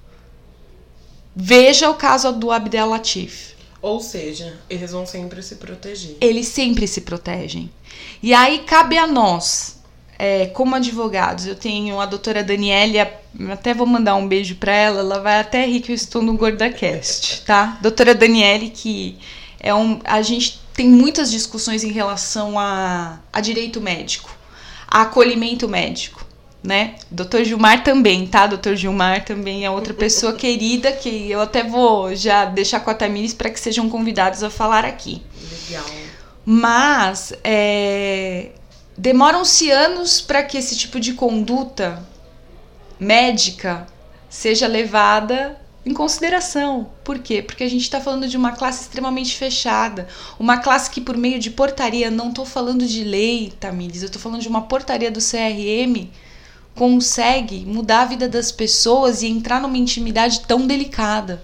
S2: Veja o caso do Abdel Latif.
S1: Ou seja, eles vão sempre se proteger.
S2: Eles sempre se protegem. E aí cabe a nós, como advogados, eu tenho a doutora Daniele, até vou mandar um beijo para ela vai até rir que eu estou no GordaCast, tá? Doutora Daniele, que a gente tem muitas discussões em relação a direito médico, a acolhimento médico, né? Doutor Gilmar também, tá? Doutor Gilmar também é outra pessoa querida que eu até vou já deixar com a Tamires para que sejam convidados a falar aqui.
S1: Legal.
S2: Mas demoram-se anos para que esse tipo de conduta médica seja levada em consideração. Por quê? Porque a gente está falando de uma classe extremamente fechada, uma classe que por meio de portaria, não estou falando de lei, Tamires, eu estou falando de uma portaria do CRM, consegue mudar a vida das pessoas e entrar numa intimidade tão delicada.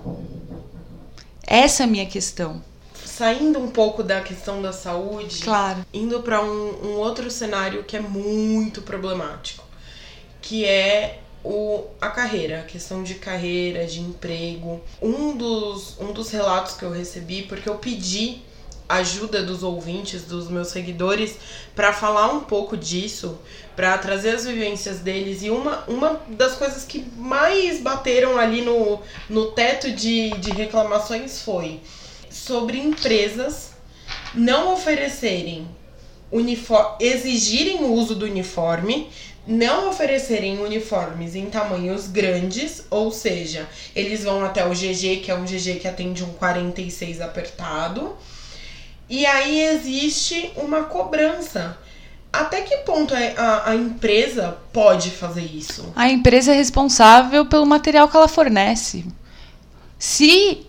S2: Essa é a minha questão.
S1: Saindo um pouco da questão da saúde,
S2: claro,
S1: indo para um outro cenário que é muito problemático, que é a carreira, a questão de carreira, de emprego. Um dos relatos que eu recebi, porque eu pedi ajuda dos ouvintes, dos meus seguidores, para falar um pouco disso, para trazer as vivências deles, e uma das coisas que mais bateram ali no teto de reclamações foi sobre empresas não oferecerem exigirem o uso do uniforme, não oferecerem uniformes em tamanhos grandes, ou seja, eles vão até o GG, que é um GG que atende um 46 apertado, e aí existe uma cobrança. Até que ponto a empresa pode fazer isso?
S2: A empresa é responsável pelo material que ela fornece. Se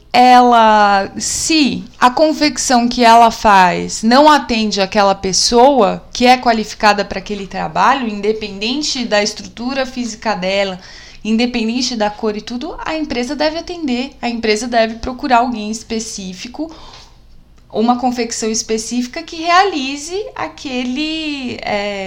S2: a confecção que ela faz não atende aquela pessoa que é qualificada para aquele trabalho, independente da estrutura física dela, independente da cor e tudo, a empresa deve atender. A empresa deve procurar alguém específico, uma confecção específica que realize aquele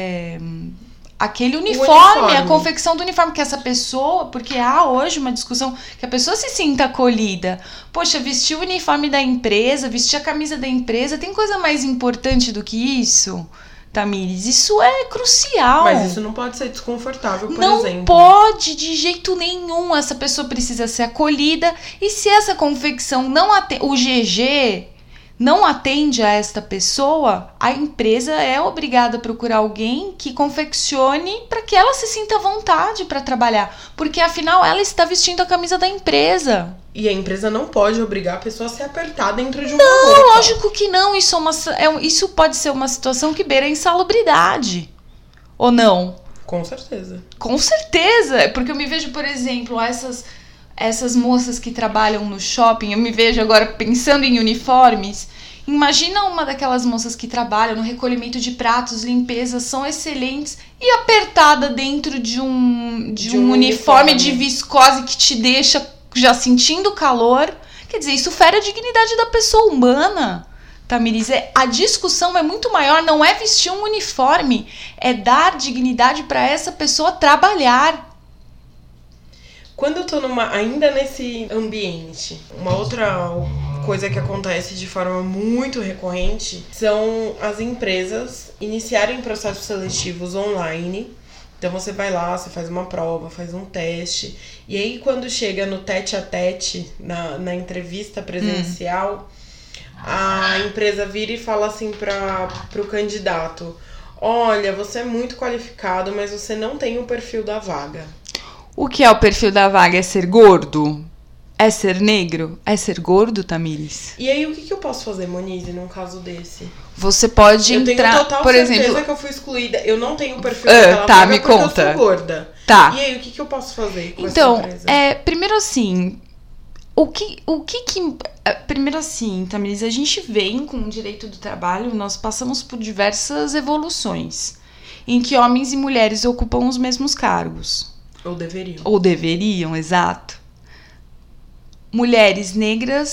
S2: uniforme, a confecção do uniforme, que essa pessoa, porque há hoje uma discussão que a pessoa se sinta acolhida. Poxa, vestir o uniforme da empresa, vestir a camisa da empresa, tem coisa mais importante do que isso, Tamires? Isso é crucial.
S1: Mas isso não pode ser desconfortável, por exemplo.
S2: Não pode, de jeito nenhum. Essa pessoa precisa ser acolhida, e se essa confecção não atende, o GG não atende a esta pessoa, a empresa é obrigada a procurar alguém que confeccione para que ela se sinta à vontade para trabalhar, porque afinal ela está vestindo a camisa da empresa.
S1: E a empresa não pode obrigar a pessoa a se apertar dentro de uma
S2: roupa.
S1: Não,
S2: lógico que não. Isso pode ser uma situação que beira a insalubridade. Ou não?
S1: Com certeza.
S2: Com certeza. Porque eu me vejo, por exemplo, essas moças que trabalham no shopping, eu me vejo agora pensando em uniformes. Imagina uma daquelas moças que trabalham no recolhimento de pratos, limpeza, são excelentes, e apertada dentro de um uniforme de viscose que te deixa já sentindo calor. Quer dizer, isso fere a dignidade da pessoa humana. Tamires, a discussão é muito maior, não é vestir um uniforme, é dar dignidade para essa pessoa trabalhar.
S1: Quando eu tô ainda nesse ambiente, uma outra coisa que acontece de forma muito recorrente são as empresas iniciarem processos seletivos online. Então você vai lá, você faz uma prova, faz um teste, e aí quando chega no tete a tete, na entrevista presencial, a empresa vira e fala assim pro candidato: olha, você é muito qualificado, mas você não tem o perfil da vaga.
S2: O que é o perfil da vaga? É ser gordo? É ser negro? É ser gordo, Tamires?
S1: E aí, o que eu posso fazer, Monize, num caso desse?
S2: Você pode entrar...
S1: Eu tenho total
S2: por
S1: certeza
S2: exemplo,
S1: que eu fui excluída. Eu não tenho o perfil daquela vaga
S2: me
S1: porque
S2: conta.
S1: eu sou gorda.
S2: Tá.
S1: E aí, o que eu posso fazer com
S2: então,
S1: essa empresa?
S2: Primeiro assim... Primeiro assim, Tamires, a gente vem com o direito do trabalho, nós passamos por diversas evoluções, em que homens e mulheres ocupam os mesmos cargos.
S1: Ou deveriam,
S2: exato. Mulheres negras,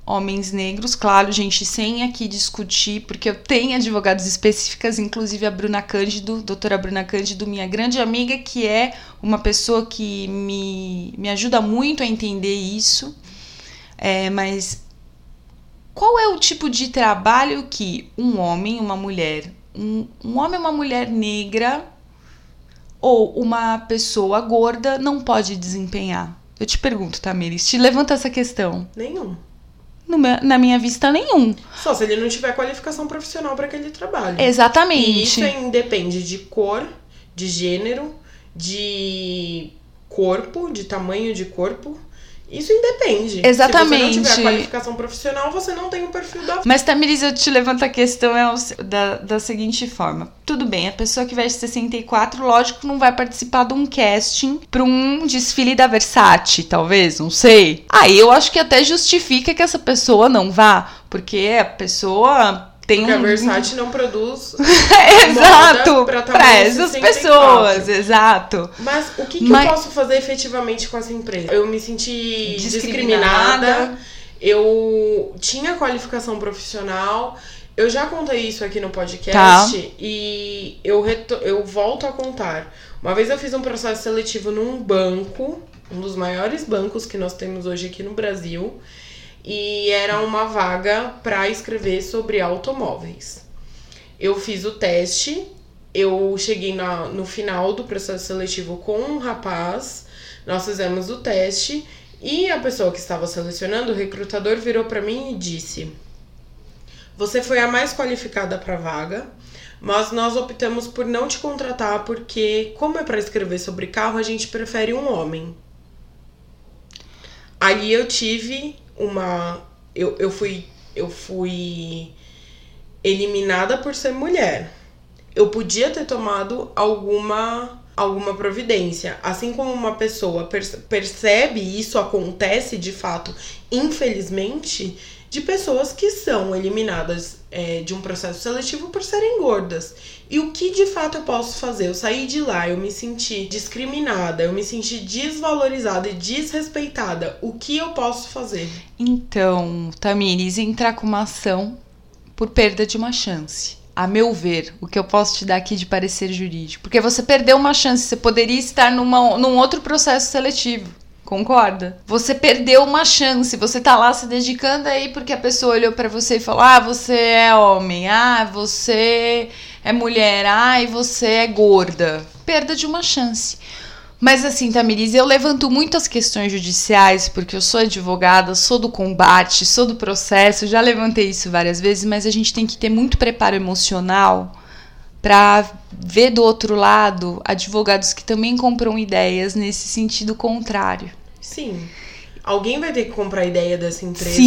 S2: homens negros, claro, gente, sem aqui discutir, porque eu tenho advogadas específicas, inclusive a Bruna Cândido, doutora Bruna Cândido, minha grande amiga, que é uma pessoa que me ajuda muito a entender isso. Mas qual é o tipo de trabalho que um homem, uma mulher, um homem e uma mulher negra ou uma pessoa gorda não pode desempenhar? Eu te pergunto, Tamires, te levanta essa questão.
S1: Nenhum.
S2: Na minha vista, nenhum.
S1: Só se ele não tiver qualificação profissional para aquele trabalho.
S2: Exatamente.
S1: E isso independe de cor, de gênero, de corpo, de tamanho de corpo. Isso independe.
S2: Exatamente.
S1: Se você não tiver qualificação profissional, você não tem o perfil da...
S2: Mas, Tamires, eu te levanto a questão da seguinte forma. Tudo bem, a pessoa que veste 64, lógico, não vai participar de um casting para um desfile da Versace, talvez, não sei. Aí eu acho que até justifica que essa pessoa não vá, porque a pessoa...
S1: Porque a Versace não produz
S2: exato,
S1: para
S2: essas pessoas, exato.
S1: Mas o que eu posso fazer efetivamente com essa empresa? Eu me senti discriminada, eu tinha qualificação profissional, eu já contei isso aqui no podcast, e eu volto a contar. Uma vez eu fiz um processo seletivo num banco, um dos maiores bancos que nós temos hoje aqui no Brasil, e era uma vaga para escrever sobre automóveis. Eu fiz o teste, eu cheguei no final do processo seletivo com um rapaz, nós fizemos o teste e a pessoa que estava selecionando, o recrutador, virou para mim e disse: você foi a mais qualificada para a vaga, mas nós optamos por não te contratar porque, como é para escrever sobre carro, a gente prefere um homem. Aí eu tive eu fui eliminada por ser mulher. Eu podia ter tomado alguma providência. Assim como uma pessoa percebe, isso acontece de fato, infelizmente, de pessoas que são eliminadas de um processo seletivo por serem gordas. E o que de fato eu posso fazer? Eu saí de lá, eu me senti discriminada, eu me senti desvalorizada e desrespeitada. O que eu posso fazer?
S2: Então, Tamires, entrar com uma ação por perda de uma chance. A meu ver, o que eu posso te dar aqui de parecer jurídico. Porque você perdeu uma chance, você poderia estar num outro processo seletivo. Concorda? Você perdeu uma chance, você tá lá se dedicando aí porque a pessoa olhou pra você e falou: ah, você é homem, ah, você é mulher, ah, e você é gorda. Perda de uma chance. Mas assim, Tamires, eu levanto muitas questões judiciais porque eu sou advogada, sou do combate, sou do processo, já levantei isso várias vezes, mas a gente tem que ter muito preparo emocional para ver do outro lado advogados que também compram ideias nesse sentido contrário.
S1: Sim. Alguém vai ter que comprar a ideia dessa empresa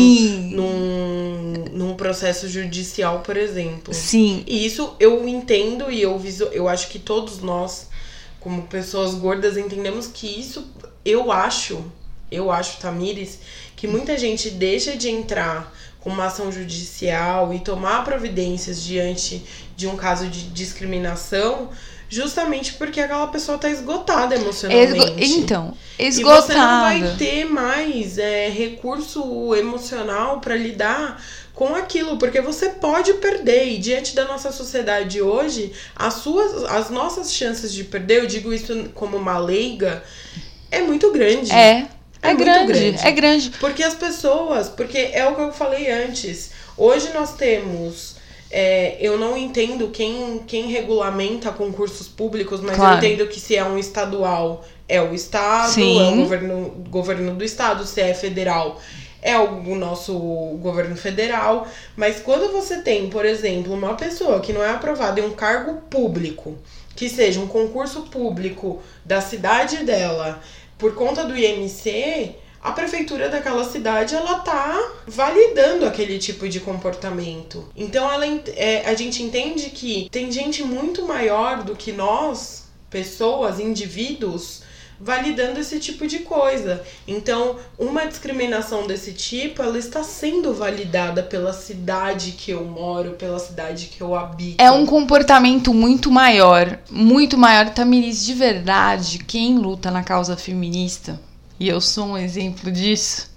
S1: num processo judicial, por exemplo.
S2: Sim.
S1: E isso eu entendo e eu acho que todos nós, como pessoas gordas, entendemos que isso, eu acho, Tamires, que muita gente deixa de entrar com uma ação judicial e tomar providências diante de um caso de discriminação, justamente porque aquela pessoa tá esgotada emocionalmente.
S2: Então, esgotada.
S1: E você não vai ter mais recurso emocional para lidar com aquilo, porque você pode perder. E diante da nossa sociedade hoje, as nossas chances de perder, eu digo isso como uma leiga, é muito grande.
S2: É grande.
S1: Porque as pessoas, porque é o que eu falei antes, hoje nós temos, eu não entendo quem regulamenta concursos públicos, mas claro, eu entendo que se é um estadual, é o estado, sim, é o governo do estado, se é federal, é o nosso governo federal. Mas quando você tem, por exemplo, uma pessoa que não é aprovada em um cargo público, que seja um concurso público da cidade dela, por conta do IMC, a prefeitura daquela cidade, ela tá validando aquele tipo de comportamento. Então, a gente entende que tem gente muito maior do que nós, pessoas, indivíduos, validando esse tipo de coisa. Então, uma discriminação desse tipo, ela está sendo validada pela cidade que eu moro, pela cidade que eu habito.
S2: É um comportamento muito maior, Tamires, de verdade. Quem luta na causa feminista, e eu sou um exemplo disso,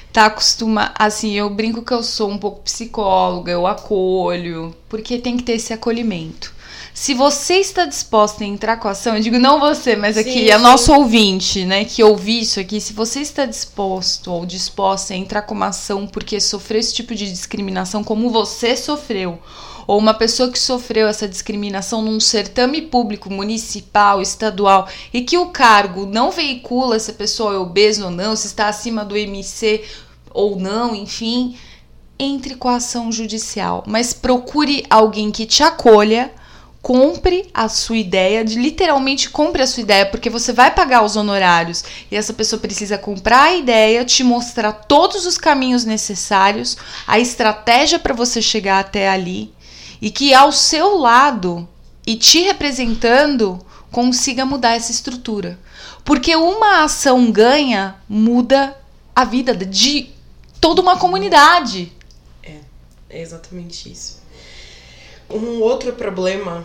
S2: tá acostumado... Assim, eu brinco que eu sou um pouco psicóloga, eu acolho, porque tem que ter esse acolhimento. Se você está disposta a entrar com a ação, eu digo não você, mas aqui é nosso ouvinte, né, que ouvi isso aqui, se você está disposto ou disposta a entrar com uma ação porque sofreu esse tipo de discriminação como você sofreu, ou uma pessoa que sofreu essa discriminação num certame público, municipal, estadual, e que o cargo não veicula se a pessoa é obesa ou não, se está acima do MC ou não, enfim, entre com a ação judicial. Mas procure alguém que te acolha, compre a sua ideia, literalmente compre a sua ideia, porque você vai pagar os honorários e essa pessoa precisa comprar a ideia, te mostrar todos os caminhos necessários, a estratégia para você chegar até ali, e que ao seu lado e te representando consiga mudar essa estrutura. Porque uma ação ganha muda a vida de toda uma comunidade.
S1: É exatamente isso. Um outro problema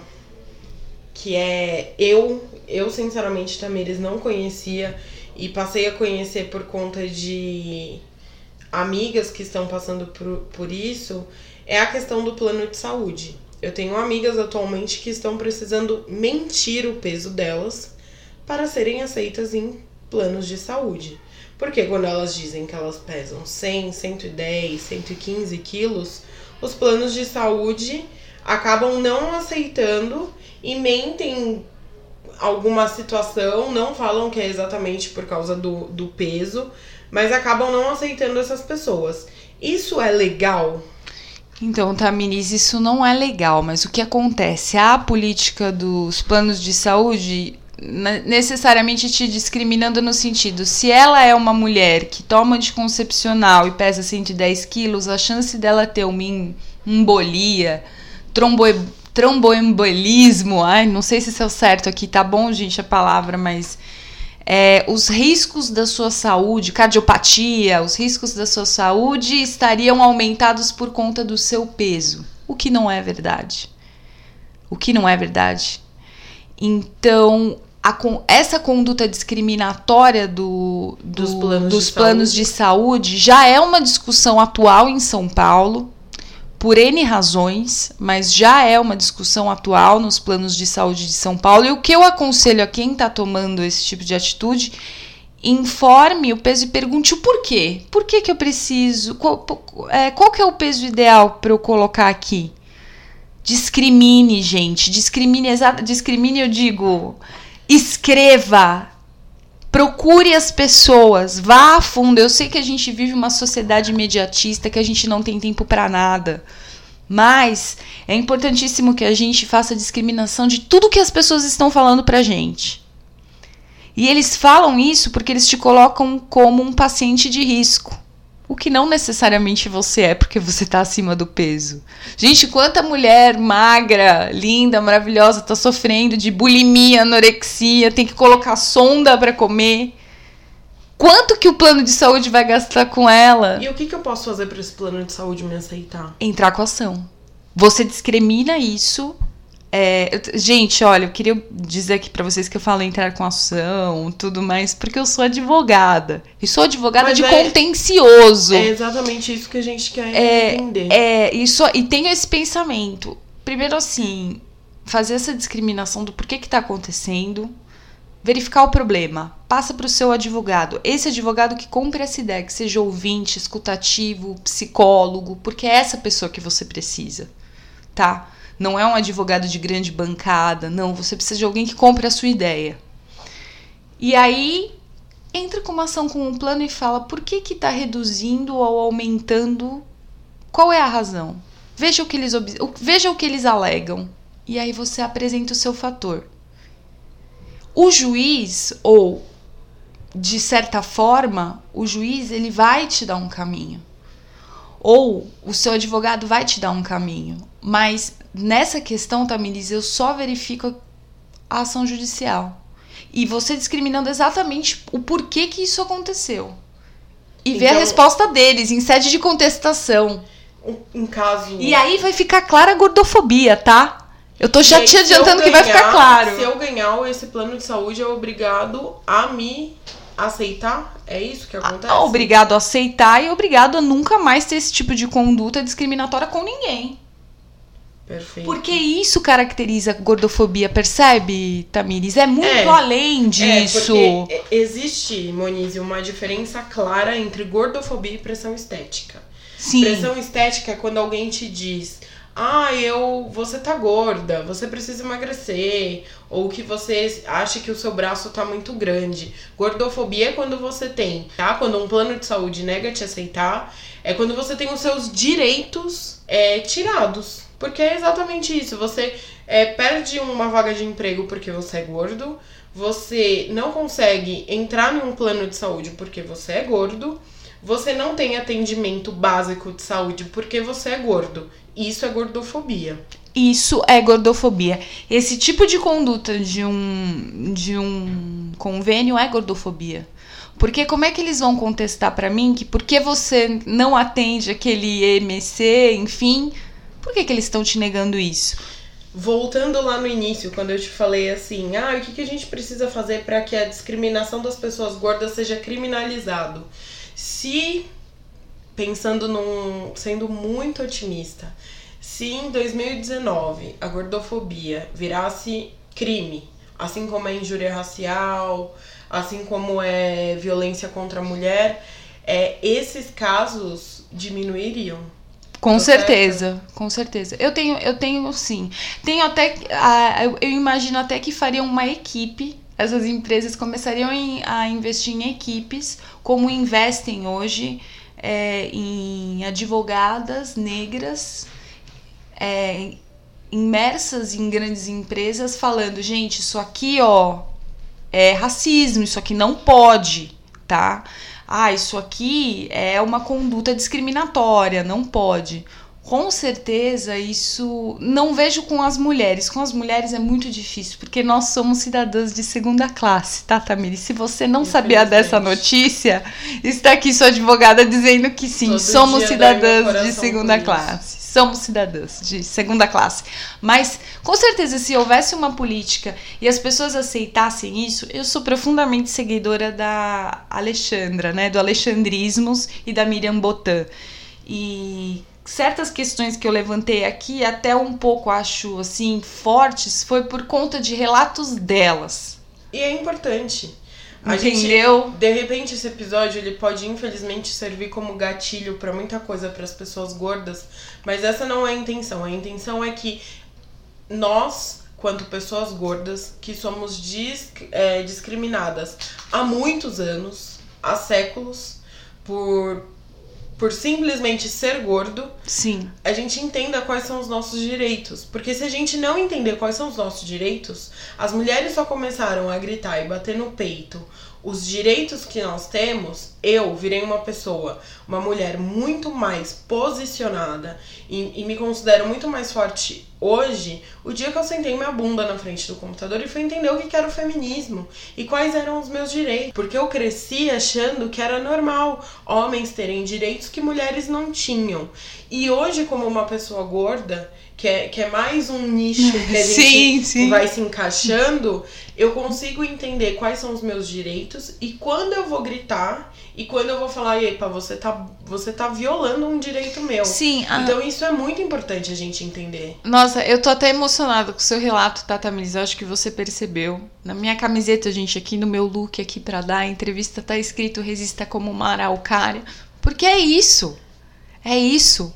S1: que é eu sinceramente, Tamires, não conhecia e passei a conhecer por conta de amigas que estão passando por isso, é a questão do plano de saúde. Eu tenho amigas atualmente que estão precisando mentir o peso delas para serem aceitas em planos de saúde. Porque quando elas dizem que elas pesam 100, 110, 115 quilos, os planos de saúde acabam não aceitando e mentem alguma situação, não falam que é exatamente por causa do peso, mas acabam não aceitando essas pessoas. Isso é legal?
S2: Então, Tamiris, isso não é legal, mas o que acontece? A política dos planos de saúde necessariamente te discriminando no sentido, se ela é uma mulher que toma anticoncepcional e pesa 110 quilos, a chance dela ter uma embolia, tromboembolismo, não sei se isso é o certo aqui, tá bom, gente, a palavra, mas os riscos da sua saúde, cardiopatia, os riscos da sua saúde estariam aumentados por conta do seu peso, o que não é verdade. Então, essa conduta discriminatória dos planos de saúde já é uma discussão atual em São Paulo, por N razões, mas já é uma discussão atual nos planos de saúde de São Paulo. E o que eu aconselho a quem está tomando esse tipo de atitude, informe o peso e pergunte o porquê. Por que eu preciso? Qual que é o peso ideal para eu colocar aqui? Discrimine, gente. Discrimine, eu digo, escreva. Procure as pessoas, vá a fundo. Eu sei que a gente vive uma sociedade imediatista, que a gente não tem tempo para nada. Mas é importantíssimo que a gente faça discriminação de tudo que as pessoas estão falando pra gente. E eles falam isso porque eles te colocam como um paciente de risco. O que não necessariamente você é, porque você tá acima do peso. Gente, quanta mulher magra, linda, maravilhosa, tá sofrendo de bulimia, anorexia, tem que colocar sonda pra comer. Quanto que o plano de saúde vai gastar com ela?
S1: E o que eu posso fazer para esse plano de saúde me aceitar?
S2: Entrar com a ação. Você discrimina isso. Gente, olha, eu queria dizer aqui pra vocês que eu falo entrar com ação, tudo mais, porque eu sou advogada. E sou advogada de contencioso.
S1: É exatamente isso que a gente quer entender.
S2: E tenho esse pensamento. Primeiro, assim, fazer essa discriminação do porquê que tá acontecendo, verificar o problema, passa pro seu advogado. Esse advogado que compre essa ideia, que seja ouvinte, escutativo, psicólogo, porque é essa pessoa que você precisa, tá? Não é um advogado de grande bancada, não. Você precisa de alguém que compre a sua ideia. E aí, entra com uma ação com um plano e fala por que está reduzindo ou aumentando, qual é a razão. Veja o que eles alegam. E aí você apresenta o seu fator. O juiz, ou de certa forma, o juiz ele vai te dar um caminho. Ou o seu advogado vai te dar um caminho. Mas nessa questão, Tamiris, eu só verifico a ação judicial. E você discriminando exatamente o porquê que isso aconteceu. E ver a resposta deles em sede de contestação.
S1: Um caso...
S2: E aí vai ficar clara a gordofobia, tá? Eu tô já te adiantando que vai ficar claro.
S1: Se eu ganhar esse plano de saúde, é obrigado a me aceitar? É isso que acontece?
S2: Obrigado a aceitar e obrigado a nunca mais ter esse tipo de conduta discriminatória com ninguém.
S1: Perfeito.
S2: Porque isso caracteriza a gordofobia, percebe, Tamires? É muito além disso.
S1: Porque existe, Monize, uma diferença clara entre gordofobia e pressão estética.
S2: Sim.
S1: Pressão estética é quando alguém te diz: você tá gorda, você precisa emagrecer, ou que você acha que o seu braço tá muito grande. Gordofobia é quando você tem, tá? Quando um plano de saúde nega te aceitar, é quando você tem os seus direitos tirados. Porque é exatamente isso, você perde uma vaga de emprego porque você é gordo, você não consegue entrar em um plano de saúde porque você é gordo, você não tem atendimento básico de saúde porque você é gordo. Isso é gordofobia.
S2: Isso é gordofobia. Esse tipo de conduta de um convênio é gordofobia. Porque como é que eles vão contestar pra mim que porque você não atende aquele EMC, enfim, por que eles estão te negando isso?
S1: Voltando lá no início, quando eu te falei assim, o que a gente precisa fazer para que a discriminação das pessoas gordas seja criminalizado? Se, sendo muito otimista, se em 2019 a gordofobia virasse crime, assim como é injúria racial, assim como é violência contra a mulher, esses casos diminuiriam.
S2: Com certeza, com certeza. Eu tenho sim. Tenho até, eu imagino até que fariam uma equipe. Essas empresas começariam a investir em equipes, como investem hoje em advogadas negras, imersas em grandes empresas, falando, gente, isso aqui, é racismo, isso aqui não pode, tá? Isso aqui é uma conduta discriminatória, não pode. Com certeza, isso não vejo com as mulheres. Com as mulheres é muito difícil, porque nós somos cidadãs de segunda classe, tá, Tamires? Se você não sabia dessa notícia, está aqui sua advogada dizendo que sim,
S1: todo
S2: somos cidadãs de segunda classe. Somos cidadãs de segunda classe. Mas, com certeza, se houvesse uma política e as pessoas aceitassem isso, eu sou profundamente seguidora da Alexandra, né? Do alexandrismos e da Miriam Botan. E certas questões que eu levantei aqui, até um pouco, acho, assim, fortes, foi por conta de relatos delas.
S1: E é importante.
S2: Entendeu?
S1: De repente, esse episódio ele pode, infelizmente, servir como gatilho pra muita coisa para as pessoas gordas, mas essa não é a intenção. A intenção é que nós, quanto pessoas gordas, que somos discriminadas há muitos anos, há séculos, por simplesmente ser gordo,
S2: sim,
S1: a gente entenda quais são os nossos direitos. Porque se a gente não entender quais são os nossos direitos, as mulheres só começaram a gritar e bater no peito os direitos que nós temos. Eu virei uma mulher muito mais posicionada e me considero muito mais forte hoje, o dia que eu sentei minha bunda na frente do computador e fui entender o que era o feminismo e quais eram os meus direitos. Porque eu cresci achando que era normal homens terem direitos que mulheres não tinham. E hoje, como uma pessoa gorda, que é mais um nicho que a gente vai se encaixando, eu consigo entender quais são os meus direitos e quando eu vou gritar e quando eu vou falar, epa, você tá violando um direito meu.
S2: Sim.
S1: Então isso é muito importante a gente entender.
S2: Nossa, eu tô até emocionada com o seu relato, tá, Tamires? Eu acho que você percebeu. Na minha camiseta, gente, aqui no meu look aqui pra dar a entrevista, tá escrito Resista como uma araucária. Porque é isso. É isso.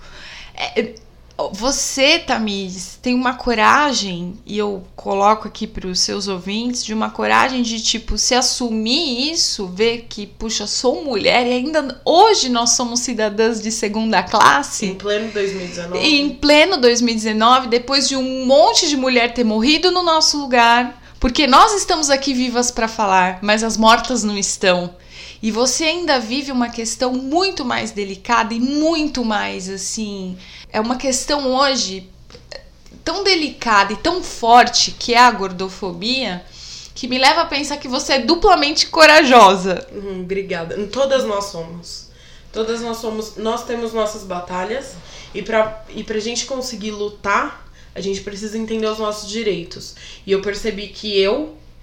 S2: Você, Tamires, tem uma coragem, e eu coloco aqui para os seus ouvintes, de uma coragem de, tipo, se assumir isso, ver que, puxa, sou mulher e ainda hoje nós somos cidadãs de segunda classe.
S1: Em pleno 2019.
S2: Em pleno 2019, depois de um monte de mulher ter morrido no nosso lugar, porque nós estamos aqui vivas para falar, mas as mortas não estão. E você ainda vive uma questão muito mais delicada e muito mais, assim... É uma questão hoje tão delicada e tão forte, que é a gordofobia, que me leva a pensar que você é duplamente corajosa.
S1: Obrigada. Todas nós somos. Nós temos nossas batalhas e pra gente conseguir lutar, a gente precisa entender os nossos direitos. E eu percebi que eu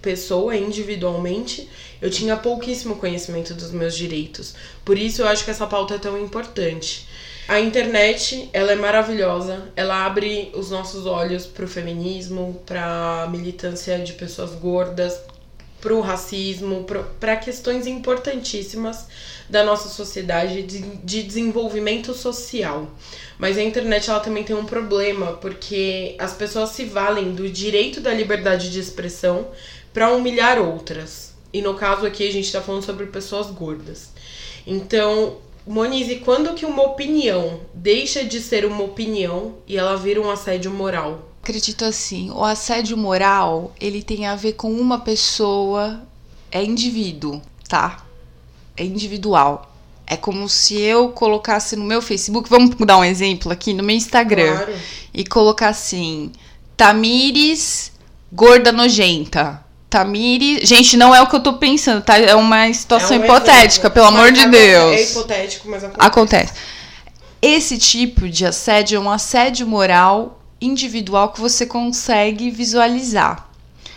S1: pessoa, individualmente, eu tinha pouquíssimo conhecimento dos meus direitos. Por isso eu acho que essa pauta é tão importante. A internet, ela é maravilhosa, ela abre os nossos olhos pro feminismo, pra militância de pessoas gordas, pro racismo, para questões importantíssimas da nossa sociedade de desenvolvimento social. Mas a internet, ela também tem um problema, porque as pessoas se valem do direito da liberdade de expressão para humilhar outras. E no caso aqui a gente tá falando sobre pessoas gordas. Então, Monize, quando que uma opinião deixa de ser uma opinião e ela vira um assédio moral?
S2: Acredito assim, o assédio moral, ele tem a ver com uma pessoa, é indivíduo, tá? É individual. É como se eu colocasse no meu Facebook, vamos dar um exemplo aqui, no meu Instagram,
S1: claro,
S2: e colocar assim, Tamires gorda nojenta. Tamires, gente, não é o que eu tô pensando, tá? É uma situação hipotética, pelo amor de Deus.
S1: É hipotético, mas
S2: acontece. Esse tipo de assédio é um assédio moral individual que você consegue visualizar.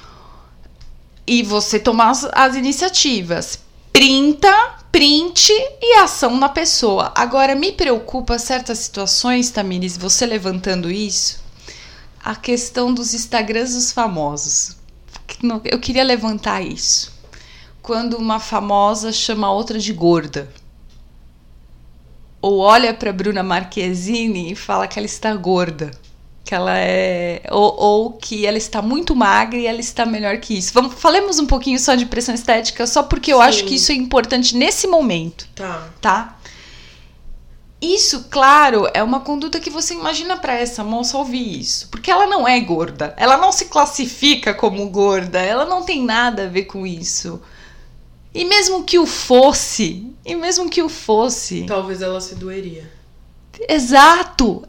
S2: E você tomar as iniciativas. Print e ação na pessoa. Agora, me preocupa certas situações, Tamires, você levantando isso, a questão dos Instagrams dos famosos. Eu queria levantar isso. Quando uma famosa chama a outra de gorda. Ou olha para Bruna Marquezine e fala que ela está gorda. Que ela é... Ou que ela está muito magra e ela está melhor que isso. Falemos um pouquinho só de pressão estética, só porque eu acho que isso é importante nesse momento. Tá? Isso, claro, é uma conduta que você imagina para essa moça ouvir isso. Porque ela não é gorda. Ela não se classifica como gorda. Ela não tem nada a ver com isso. E mesmo que o fosse...
S1: talvez ela se doeria.
S2: Exato.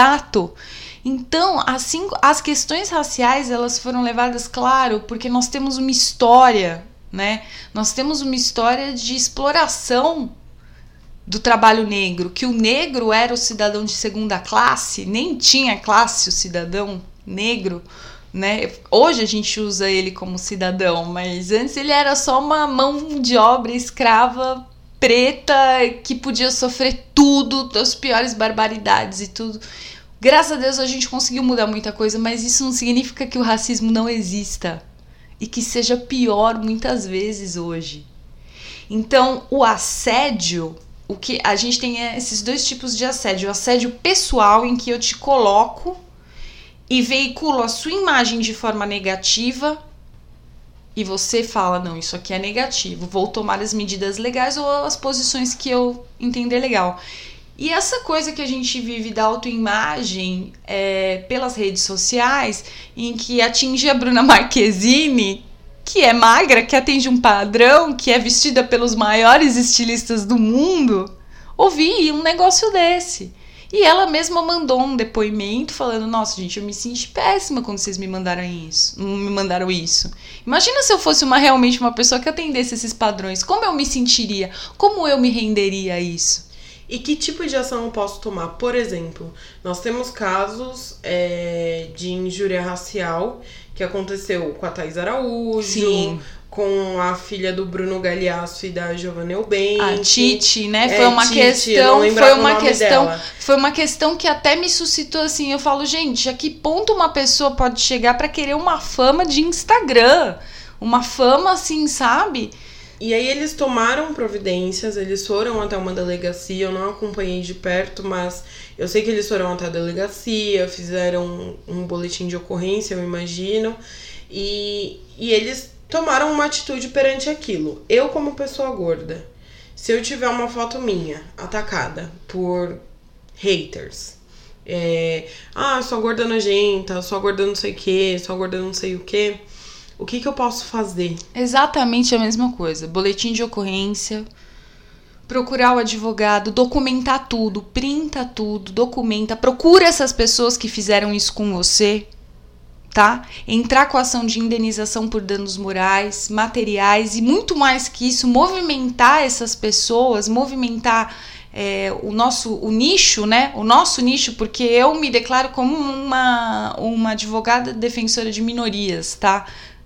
S2: Então, assim, as questões raciais, elas foram levadas, claro, porque nós temos uma história, né? Nós temos uma história de exploração do trabalho negro, que o negro era o cidadão de segunda classe, nem tinha classe o cidadão negro, né? Hoje a gente usa ele como cidadão, mas antes ele era só uma mão de obra escrava preta que podia sofrer tudo, as piores barbaridades e tudo. Graças a Deus a gente conseguiu mudar muita coisa, mas isso não significa que o racismo não exista e que seja pior muitas vezes hoje. Então, o assédio, o que a gente tem esses dois tipos de assédio. O assédio pessoal, em que eu te coloco e veiculo a sua imagem de forma negativa e você fala, não, isso aqui é negativo, vou tomar as medidas legais ou as posições que eu entender legal. E essa coisa que a gente vive da autoimagem pelas redes sociais, em que atinge a Bruna Marquezine, que é magra, que atende um padrão, que é vestida pelos maiores estilistas do mundo, ouvi um negócio desse. E ela mesma mandou um depoimento falando, nossa, gente, eu me senti péssima quando vocês me mandaram isso. Imagina se eu fosse realmente uma pessoa que atendesse esses padrões. Como eu me sentiria? Como eu me renderia a isso?
S1: E que tipo de ação eu posso tomar? Por exemplo, nós temos casos de injúria racial que aconteceu com a Thaís Araújo,
S2: sim,
S1: com a filha do Bruno Galhaço e da Giovanna Eubank.
S2: A Titi, né? Foi uma questão que até me suscitou assim, eu falo, gente, a que ponto uma pessoa pode chegar pra querer uma fama de Instagram? Uma fama assim, sabe?
S1: E aí eles tomaram providências, eles foram até uma delegacia, eu não acompanhei de perto, mas eu sei que eles foram até a delegacia, fizeram um boletim de ocorrência, eu imagino, e eles tomaram uma atitude perante aquilo. Eu, como pessoa gorda, se eu tiver uma foto minha atacada por haters, sou gorda nojenta, sou gorda não sei o que, sou gorda não sei o que, o que eu posso fazer?
S2: Exatamente a mesma coisa. Boletim de ocorrência, procurar o advogado, documentar tudo, printa tudo, documenta, procura essas pessoas que fizeram isso com você, tá? Entrar com ação de indenização por danos morais, materiais e muito mais que isso, movimentar essas pessoas, movimentar o nicho, né? O nosso nicho, porque eu me declaro como uma advogada defensora de minorias, tá?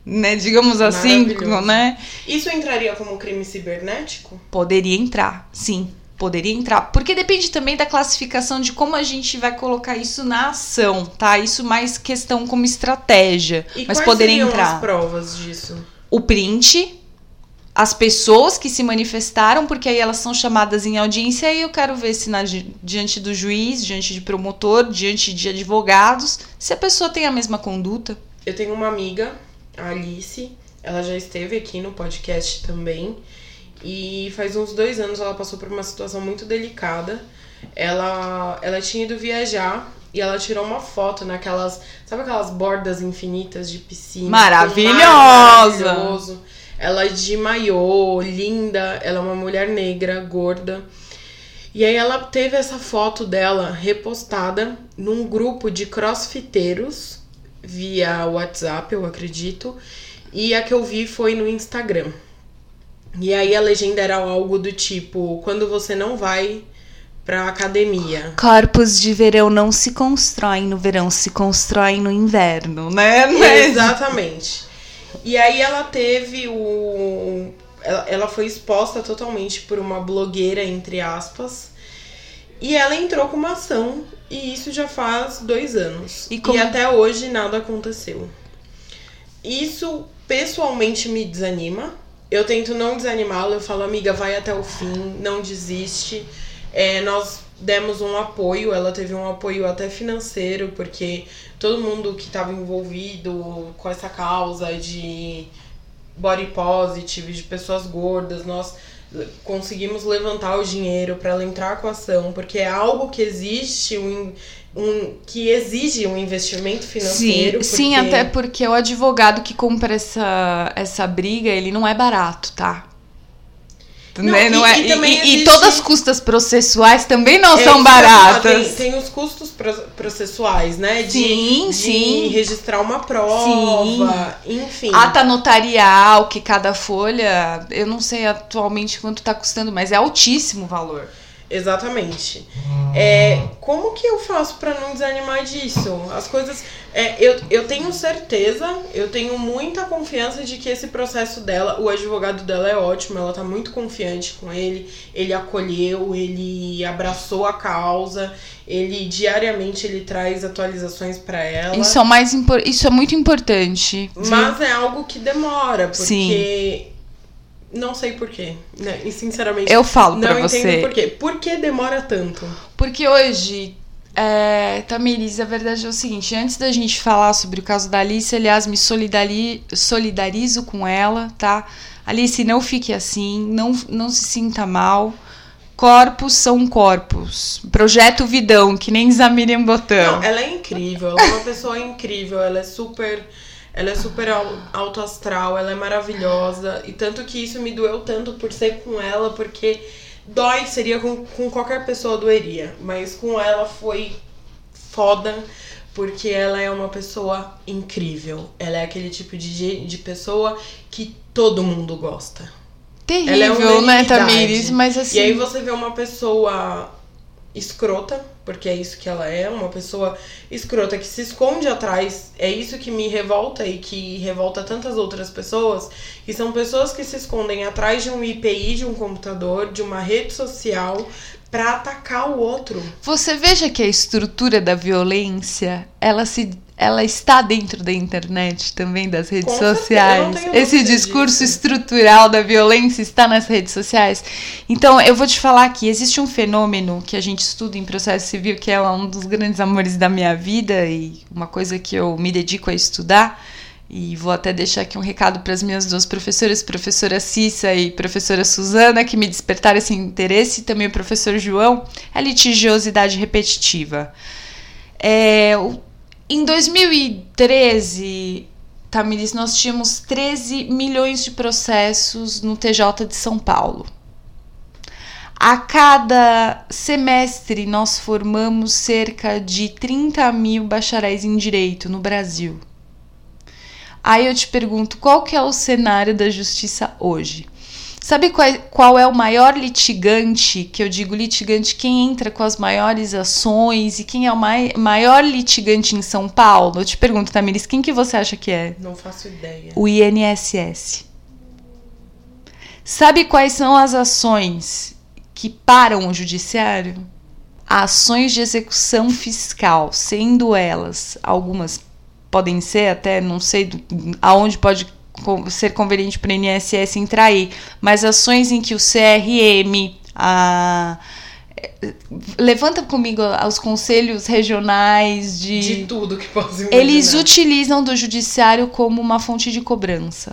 S2: né? Digamos assim, né?
S1: Isso entraria como crime cibernético?
S2: Poderia entrar, sim. Poderia entrar. Porque depende também da classificação de como a gente vai colocar isso na ação, tá? Isso mais questão como estratégia.
S1: E
S2: mas
S1: quais
S2: poderia
S1: seriam
S2: entrar.
S1: As provas disso?
S2: O print, as pessoas que se manifestaram, porque aí elas são chamadas em audiência e eu quero ver se diante do juiz, diante de promotor, diante de advogados, se a pessoa tem a mesma conduta.
S1: Eu tenho uma amiga, a Alice, ela já esteve aqui no podcast também. E faz uns 2 anos ela passou por uma situação muito delicada. Ela tinha ido viajar e ela tirou uma foto naquelas... Sabe aquelas bordas infinitas de piscina?
S2: Maravilhoso!
S1: Ela é de maiô, linda. Ela é uma mulher negra, gorda. E aí ela teve essa foto dela repostada num grupo de crossfiteiros via WhatsApp, eu acredito. E a que eu vi foi no Instagram. E aí a legenda era algo do tipo: quando você não vai pra academia.
S2: Corpos de verão não se constroem no verão, se constroem no inverno, né?
S1: Exatamente. E aí ela teve ela foi exposta totalmente por uma blogueira, entre aspas. E ela entrou com uma ação. E isso já faz 2 anos. E até hoje nada aconteceu. Isso pessoalmente me desanima. Eu tento não desanimá-la, eu falo: amiga, vai até o fim, não desiste. Nós demos um apoio, ela teve um apoio até financeiro, porque todo mundo que estava envolvido com essa causa de body positive, de pessoas gordas, nós conseguimos levantar o dinheiro para ela entrar com a ação, porque é algo que existe, que exige um investimento financeiro.
S2: Sim, até porque o advogado que compra essa briga, ele não é barato, tá? E todas as custas processuais também não são baratas.
S1: Tem os custos processuais, né?
S2: Sim.
S1: Registrar uma prova, enfim.
S2: Ata notarial, que cada folha, eu não sei atualmente quanto tá custando, mas é altíssimo o valor.
S1: Exatamente. Como que eu faço pra não desanimar disso? As coisas... eu tenho certeza, eu tenho muita confiança de que esse processo dela, o advogado dela é ótimo, ela tá muito confiante com ele acolheu, ele abraçou a causa, diariamente ele traz atualizações pra ela.
S2: Isso é muito importante.
S1: Mas é algo que demora, porque... Sim. Não sei porquê, né? E sinceramente
S2: eu falo pra você.
S1: Não entendo porquê. Por que demora tanto?
S2: Porque hoje, Tamiris, a verdade é o seguinte: antes da gente falar sobre o caso da Alice, aliás, me solidarizo com ela, tá? Alice, não fique assim, não se sinta mal. Corpos são corpos. Projeto Vidão, que nem diz a Miriam Botão.
S1: Não, ela é incrível, ela é uma pessoa incrível, ela é super alto astral, ela é maravilhosa. E tanto que isso me doeu tanto por ser com ela, porque seria com qualquer pessoa doeria. Mas com ela foi foda, porque ela é uma pessoa incrível. Ela é aquele tipo de pessoa que todo mundo gosta.
S2: Terrível, né, Tamiris? Mas assim...
S1: E aí você vê uma pessoa escrota, porque é isso que ela é, uma pessoa escrota que se esconde atrás. É isso que me revolta e que revolta tantas outras pessoas, que são pessoas que se escondem atrás de um IPI, de um computador, de uma rede social, pra atacar o outro.
S2: Você veja que a estrutura da violência, ela está dentro da internet também, das redes sociais. Esse discurso estrutural da violência está nas redes sociais. Então, eu vou te falar que existe um fenômeno que a gente estuda em processo civil, que é um dos grandes amores da minha vida e uma coisa que eu me dedico a estudar. E vou até deixar aqui um recado para as minhas 2 professoras, professora Cissa e professora Suzana, que me despertaram esse interesse, e também o professor João, a litigiosidade repetitiva. Em 2013, Tamiris, nós tínhamos 13 milhões de processos no TJ de São Paulo. A cada semestre, nós formamos cerca de 30 mil bacharéis em direito no Brasil. Aí eu te pergunto, qual que é o cenário da justiça hoje? Sabe qual é o maior litigante, que eu digo litigante, quem entra com as maiores ações e quem é o maior litigante em São Paulo? Eu te pergunto, Tamiris, quem que você acha que é?
S1: Não faço ideia.
S2: O INSS. Sabe quais são as ações que param o judiciário? Ações de execução fiscal, sendo elas, algumas podem ser até, não sei aonde pode ser conveniente para o INSS entrar aí, mas ações em que o CRM, levanta comigo os conselhos regionais
S1: de tudo que possa imaginar.
S2: Eles utilizam do judiciário como uma fonte de cobrança.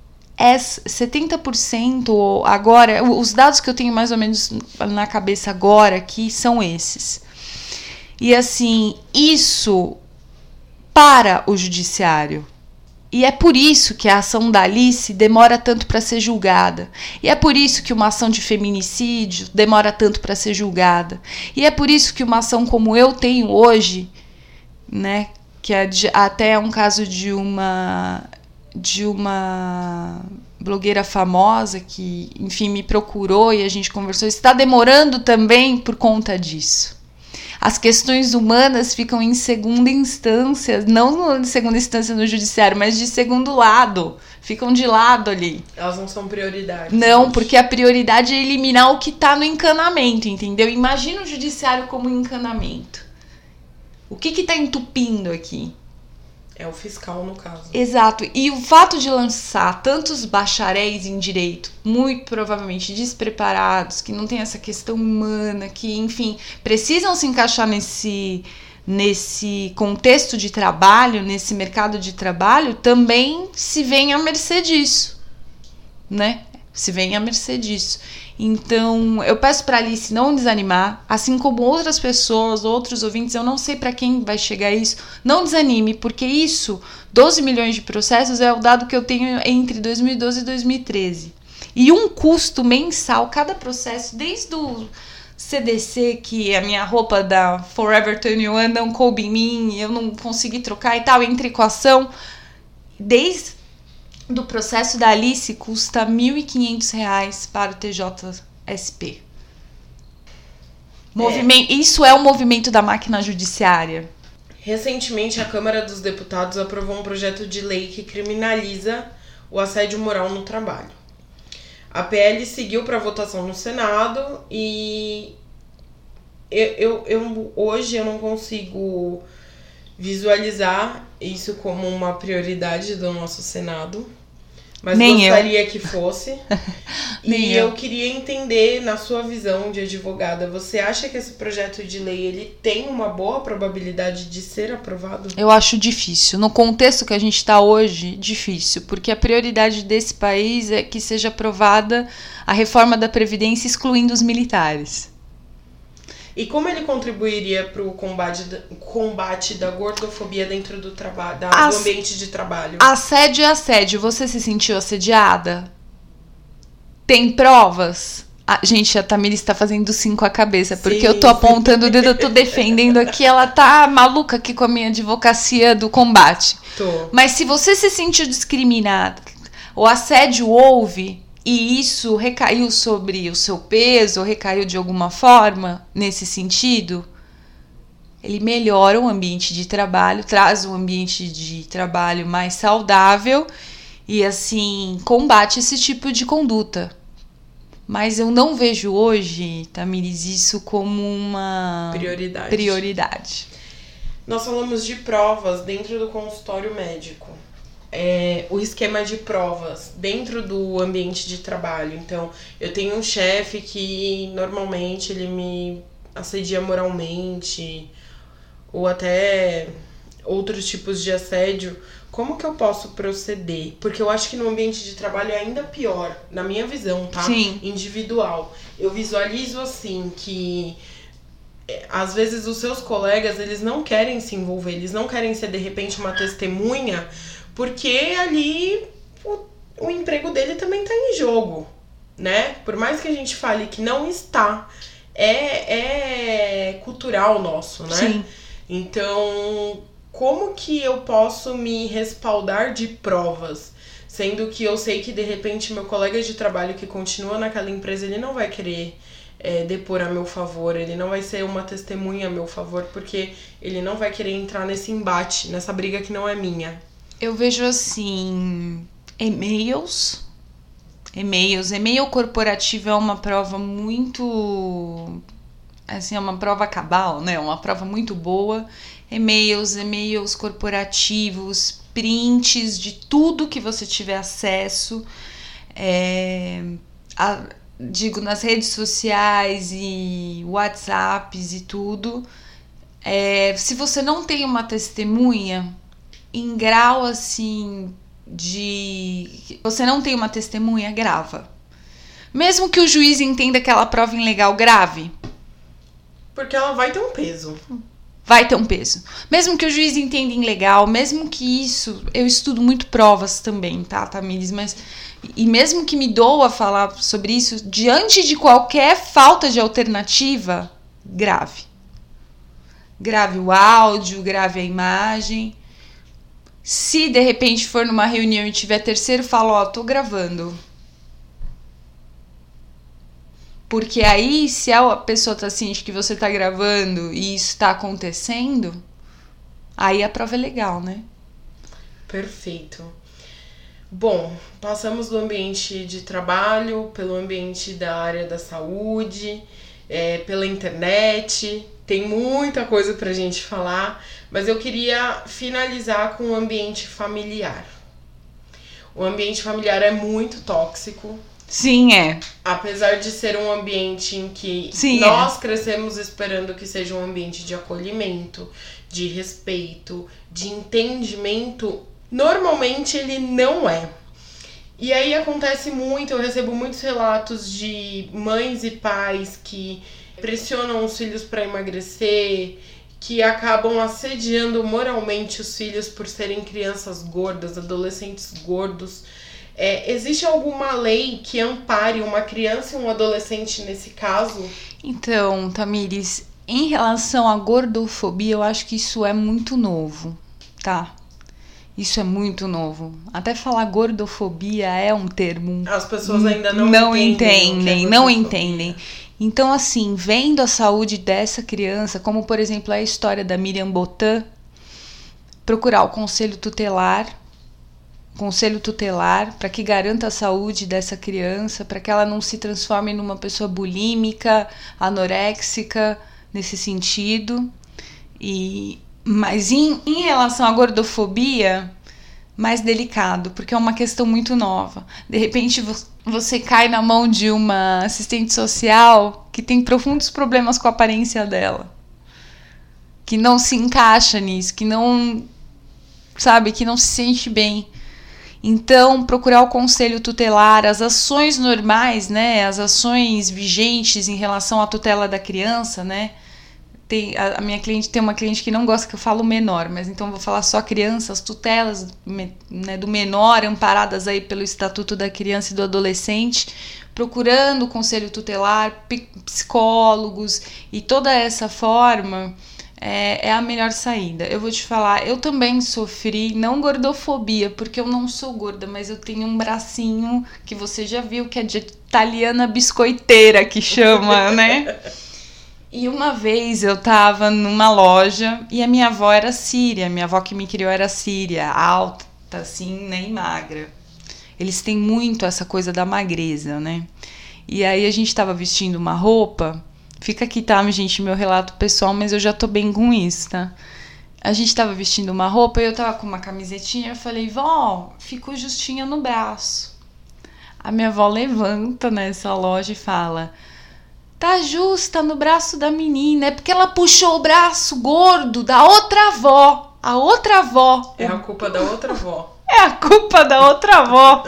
S2: 70% agora, os dados que eu tenho mais ou menos na cabeça agora aqui são esses. E assim, isso para o judiciário. E é por isso que a ação da Alice demora tanto para ser julgada. E é por isso que uma ação de feminicídio demora tanto para ser julgada. E é por isso que uma ação como eu tenho hoje, né, que é até um caso de uma blogueira famosa que, enfim, me procurou e a gente conversou, está demorando também por conta disso. As questões humanas ficam em segunda instância, não em segunda instância no judiciário, mas de segundo lado, ficam de lado ali.
S1: Elas não são prioridade.
S2: Não, porque a prioridade é eliminar o que está no encanamento, entendeu? Imagina o judiciário como encanamento. O que está entupindo aqui?
S1: É o fiscal, no caso.
S2: Exato. E o fato de lançar tantos bacharéis em direito, muito provavelmente despreparados, que não tem essa questão humana, que, enfim, precisam se encaixar nesse contexto de trabalho, nesse mercado de trabalho, também se vem à mercê disso, né? Se vem à mercê disso. Então, eu peço para Alice não desanimar, assim como outras pessoas, outros ouvintes, eu não sei para quem vai chegar isso, não desanime, porque isso, 12 milhões de processos, é o dado que eu tenho entre 2012 e 2013. E um custo mensal, cada processo, desde o CDC, que a minha roupa da Forever 21 não coube em mim, eu não consegui trocar e tal, entre equação, desde do processo da Alice custa R$ 1.500 para o TJSP. Isso é o movimento da máquina judiciária.
S1: Recentemente, a Câmara dos Deputados aprovou um projeto de lei que criminaliza o assédio moral no trabalho. A PL seguiu para votação no Senado e hoje eu não consigo visualizar isso como uma prioridade do nosso Senado, mas nem gostaria que fosse. E eu queria entender, na sua visão de advogada, você acha que esse projeto de lei ele tem uma boa probabilidade de ser aprovado?
S2: Eu acho difícil. No contexto que a gente está hoje, difícil, porque a prioridade desse país é que seja aprovada a reforma da Previdência excluindo os militares.
S1: E como ele contribuiria para o combate da gordofobia dentro do trabalho, do ambiente de trabalho?
S2: Assédio é assédio. Você se sentiu assediada? Tem provas? Gente, a Tamiris está fazendo 5 a cabeça, porque eu tô apontando o dedo, eu tô defendendo aqui, ela tá maluca aqui com a minha advocacia do combate.
S1: Tô.
S2: Mas se você se sentiu discriminada, o assédio houve, e isso recaiu sobre o seu peso, ou recaiu de alguma forma nesse sentido, ele melhora o ambiente de trabalho, traz um ambiente de trabalho mais saudável e, assim, combate esse tipo de conduta. Mas eu não vejo hoje, Tamiris, isso como uma prioridade.
S1: Nós falamos de provas dentro do consultório médico. O esquema de provas dentro do ambiente de trabalho. Então, eu tenho um chefe que normalmente ele me assedia moralmente ou até outros tipos de assédio. Como que eu posso proceder? Porque eu acho que no ambiente de trabalho é ainda pior, na minha visão, tá?
S2: Sim.
S1: Individual. Eu visualizo assim que às vezes os seus colegas, eles não querem se envolver, eles não querem ser de repente uma testemunha, porque ali o emprego dele também tá em jogo, né? Por mais que a gente fale que não está, é cultural nosso, né?
S2: Sim.
S1: Então, como que eu posso me respaldar de provas? Sendo que eu sei que, de repente, meu colega de trabalho que continua naquela empresa, ele não vai querer depor a meu favor, ele não vai ser uma testemunha a meu favor, porque ele não vai querer entrar nesse embate, nessa briga que não é minha.
S2: Eu vejo assim, e-mail corporativo é uma prova muito, assim, é uma prova cabal, né? Uma prova muito boa. E-mails corporativos, prints de tudo que você tiver acesso, digo, nas redes sociais e WhatsApps e tudo. Se você não tem uma testemunha, em grau assim de... Você não tem uma testemunha, grava. Mesmo que o juiz entenda aquela prova ilegal, grave.
S1: Porque ela vai ter um peso.
S2: Vai ter um peso. Mesmo que o juiz entenda ilegal, mesmo que isso... Eu estudo muito provas também, tá, Tamires? E mesmo que me doa falar sobre isso, diante de qualquer falta de alternativa, grave. Grave o áudio, grave a imagem. Se de repente for numa reunião e tiver terceiro, fala, tô gravando. Porque aí, se a pessoa tá ciente que você tá gravando e isso tá acontecendo, aí a prova é legal, né?
S1: Perfeito. Bom, passamos do ambiente de trabalho, pelo ambiente da área da saúde, pela internet. Tem muita coisa pra gente falar, mas eu queria finalizar com o ambiente familiar. O ambiente familiar é muito tóxico.
S2: Sim, é.
S1: Apesar de ser um ambiente em que nós crescemos esperando que seja um ambiente de acolhimento, de respeito, de entendimento, normalmente ele não é. E aí acontece muito, eu recebo muitos relatos de mães e pais que pressionam os filhos para emagrecer, que acabam assediando moralmente os filhos por serem crianças gordas, adolescentes gordos. Existe alguma lei que ampare uma criança e um adolescente nesse caso?
S2: Então, Tamires, em relação à gordofobia, eu acho que isso é muito novo, tá? Isso é muito novo. Até falar gordofobia é um termo...
S1: As pessoas ainda não
S2: entendem. Então, assim, vendo a saúde dessa criança, como, por exemplo, a história da Miriam Botan, procurar o conselho tutelar para que garanta a saúde dessa criança, para que ela não se transforme numa pessoa bulímica, anoréxica, nesse sentido. Mas em relação à gordofobia, mais delicado, porque é uma questão muito nova. De repente você cai na mão de uma assistente social que tem profundos problemas com a aparência dela, que não se encaixa nisso, que não se sente bem. Então, procurar o conselho tutelar, as ações normais, né, as ações vigentes em relação à tutela da criança, né? A minha cliente tem uma cliente que não gosta que eu falo menor, mas então vou falar só criança, as tutelas, né, do menor, amparadas aí pelo Estatuto da Criança e do Adolescente, procurando o conselho tutelar, psicólogos e toda essa forma é a melhor saída. Eu vou te falar, eu também sofri, não gordofobia, porque eu não sou gorda, mas eu tenho um bracinho que você já viu, que é de italiana biscoiteira, que chama, né? E uma vez eu tava numa loja e a minha avó era síria, minha avó que me criou era síria, alta, assim, né, e magra. Eles têm muito essa coisa da magreza, né? E aí a gente tava vestindo uma roupa, fica aqui, tá, gente, meu relato pessoal, mas eu já tô bem com isso, tá? A gente tava vestindo uma roupa e eu tava com uma camisetinha, eu falei, vó, ficou justinha no braço. A minha avó levanta nessa loja e fala... Tá justa no braço da menina, é porque ela puxou o braço gordo da outra avó. A outra avó.
S1: É a culpa da outra avó.
S2: É a culpa da outra avó.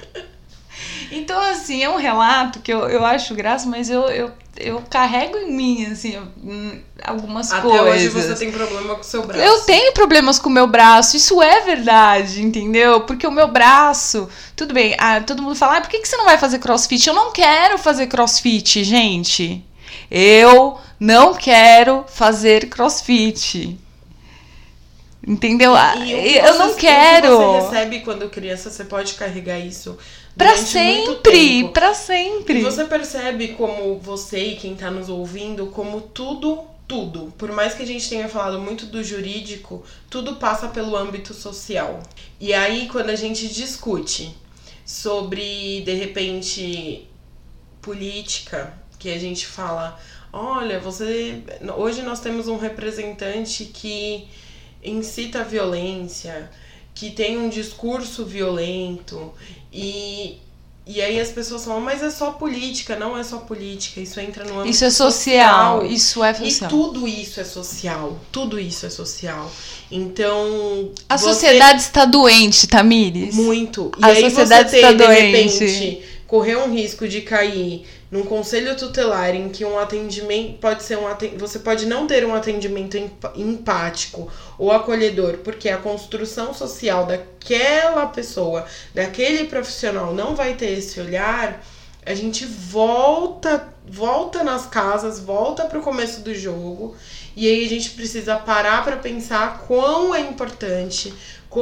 S2: Então, assim, é um relato que eu acho graça, mas eu carrego em mim, assim, algumas coisas.
S1: Até hoje você tem problema com o seu braço.
S2: Eu tenho problemas com o meu braço, isso é verdade, entendeu? Porque o meu braço... Tudo bem, todo mundo fala, por que você não vai fazer crossfit? Eu não quero fazer crossfit, gente. Eu não quero fazer crossfit. Entendeu?
S1: Eu não quero. O que você recebe quando criança, você pode carregar isso
S2: pra sempre, pra sempre.
S1: E você percebe como você e quem tá nos ouvindo, como tudo, por mais que a gente tenha falado muito do jurídico, tudo passa pelo âmbito social. E aí, quando a gente discute sobre, de repente, política, que a gente fala, olha, hoje nós temos um representante que incita a violência, que tem um discurso violento, e aí as pessoas falam, mas é só política. Não é só política, isso entra no âmbito
S2: Isso é social.
S1: Isso é social. E tudo isso é social. Então...
S2: A sociedade está doente, Tamires.
S1: Muito. E aí sociedade você está doente. De repente, correr um risco de cair num conselho tutelar em que um atendimento pode ser você pode não ter um atendimento empático ou acolhedor, porque a construção social daquela pessoa, daquele profissional não vai ter esse olhar, a gente volta nas casas, volta pro começo do jogo, e aí a gente precisa parar para pensar como é importante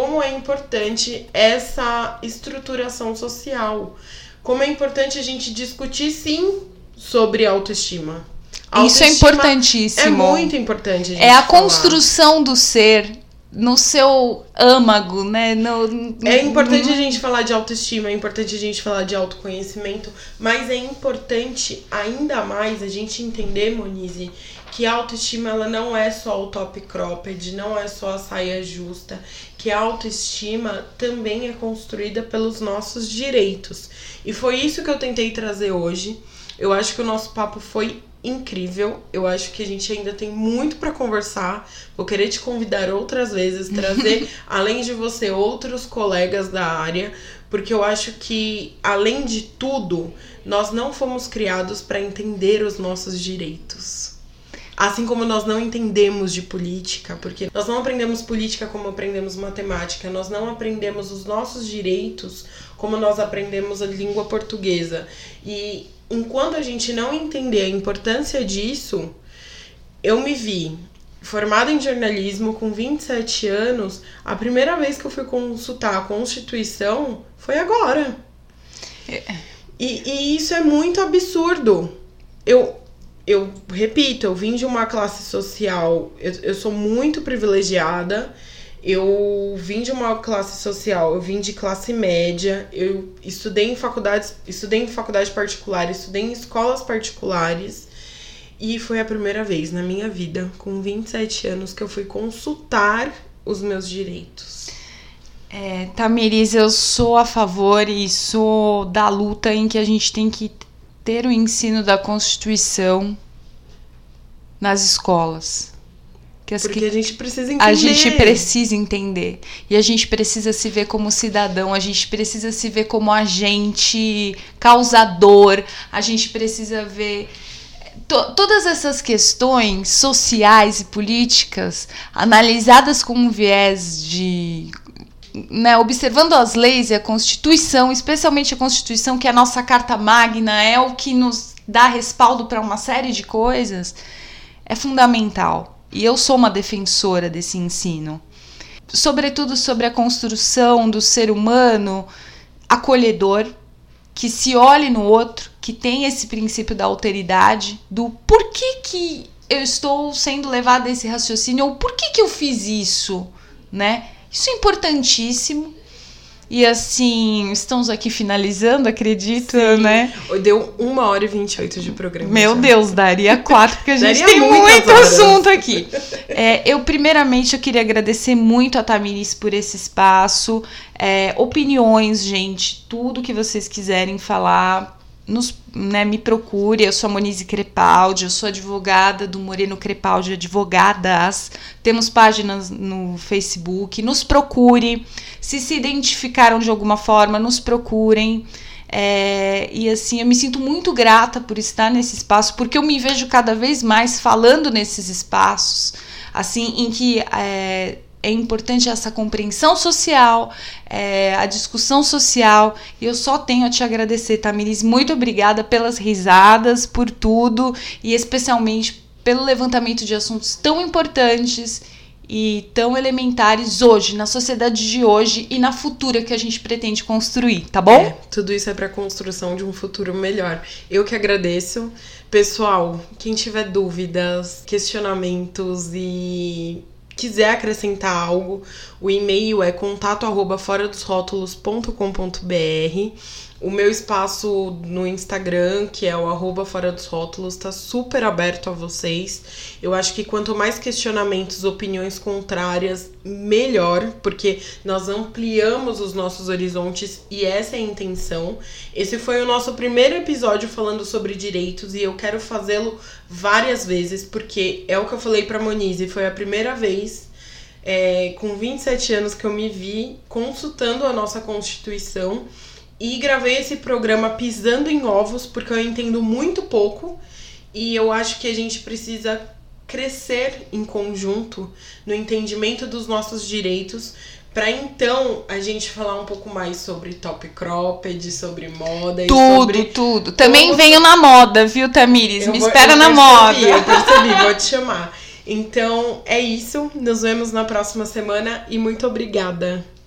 S1: essa estruturação social. Como é importante a gente discutir, sim, sobre autoestima.
S2: Isso é importantíssimo.
S1: É muito importante a gente
S2: a construção do ser no seu âmago, né?
S1: É importante a gente falar de autoestima, é importante a gente falar de autoconhecimento, mas é importante ainda mais a gente entender, Monize, que a autoestima ela não é só o top cropped, não é só a saia justa, que a autoestima também é construída pelos nossos direitos. E foi isso que eu tentei trazer hoje. Eu acho que o nosso papo foi incrível. Eu acho que a gente ainda tem muito para conversar. Vou querer te convidar outras vezes, trazer, além de você, outros colegas da área, porque eu acho que, além de tudo, nós não fomos criados para entender os nossos direitos. Assim como nós não entendemos de política, porque nós não aprendemos política como aprendemos matemática, nós não aprendemos os nossos direitos como nós aprendemos a língua portuguesa. E enquanto a gente não entender a importância disso, eu me vi formada em jornalismo com 27 anos, a primeira vez que eu fui consultar a Constituição foi agora. E isso é muito absurdo. Eu repito, eu vim de uma classe social, eu sou muito privilegiada, eu vim de uma classe social, eu vim de classe média, eu estudei em faculdade particular, estudei em escolas particulares, e foi a primeira vez na minha vida, com 27 anos, que eu fui consultar os meus direitos.
S2: Tamires, eu sou a favor e sou da luta em que a gente tem que ter o ensino da Constituição nas escolas.
S1: Porque a gente precisa entender.
S2: A gente precisa entender. E a gente precisa se ver como cidadão, a gente precisa se ver como agente causador, a gente precisa ver todas essas questões sociais e políticas analisadas com um viés de... observando as leis e a Constituição, especialmente a Constituição, que é a nossa carta magna, é o que nos dá respaldo para uma série de coisas, é fundamental. E eu sou uma defensora desse ensino. Sobretudo sobre a construção do ser humano acolhedor, que se olhe no outro, que tem esse princípio da alteridade, do por que eu estou sendo levada a esse raciocínio, ou por que eu fiz isso, né? Isso é importantíssimo. E assim, estamos aqui finalizando, acredito, sim, né?
S1: Deu 1h28 de programa.
S2: Meu Deus, daria 4, porque a gente tem muito assunto aqui. Primeiramente, eu queria agradecer muito a Tamires por esse espaço. Opiniões, gente, tudo que vocês quiserem falar, me procure. Eu sou a Monize Crepaldi, eu sou advogada do Moreno Crepaldi Advogadas. Temos páginas no Facebook, nos procure. Se identificaram de alguma forma, nos procurem. E assim, eu me sinto muito grata por estar nesse espaço, porque eu me vejo cada vez mais falando nesses espaços, assim, em que é importante essa compreensão social, a discussão social, e eu só tenho a te agradecer, Tamires. Muito obrigada pelas risadas, por tudo, e especialmente pelo levantamento de assuntos tão importantes e tão elementares hoje, na sociedade de hoje e na futura que a gente pretende construir, tá bom?
S1: Tudo isso é para a construção de um futuro melhor. Eu que agradeço. Pessoal, quem tiver dúvidas, questionamentos e quiser acrescentar algo, o e-mail é contato@foradosrótulos.com.br. O meu espaço no Instagram, que é o @foradosrótulos, tá super aberto a vocês. Eu acho que quanto mais questionamentos, opiniões contrárias, melhor, porque nós ampliamos os nossos horizontes e essa é a intenção. Esse foi o nosso primeiro episódio falando sobre direitos e eu quero fazê-lo várias vezes, porque é o que eu falei pra Monize, foi a primeira vez com 27 anos que eu me vi consultando a nossa Constituição. E gravei esse programa pisando em ovos, porque eu entendo muito pouco. E eu acho que a gente precisa crescer em conjunto no entendimento dos nossos direitos, para então a gente falar um pouco mais sobre top cropped, sobre moda.
S2: Tudo. Também venho na moda, viu, Tamires? Espera na moda.
S1: Eu percebi, vou te chamar. Então é isso, nos vemos na próxima semana e muito obrigada.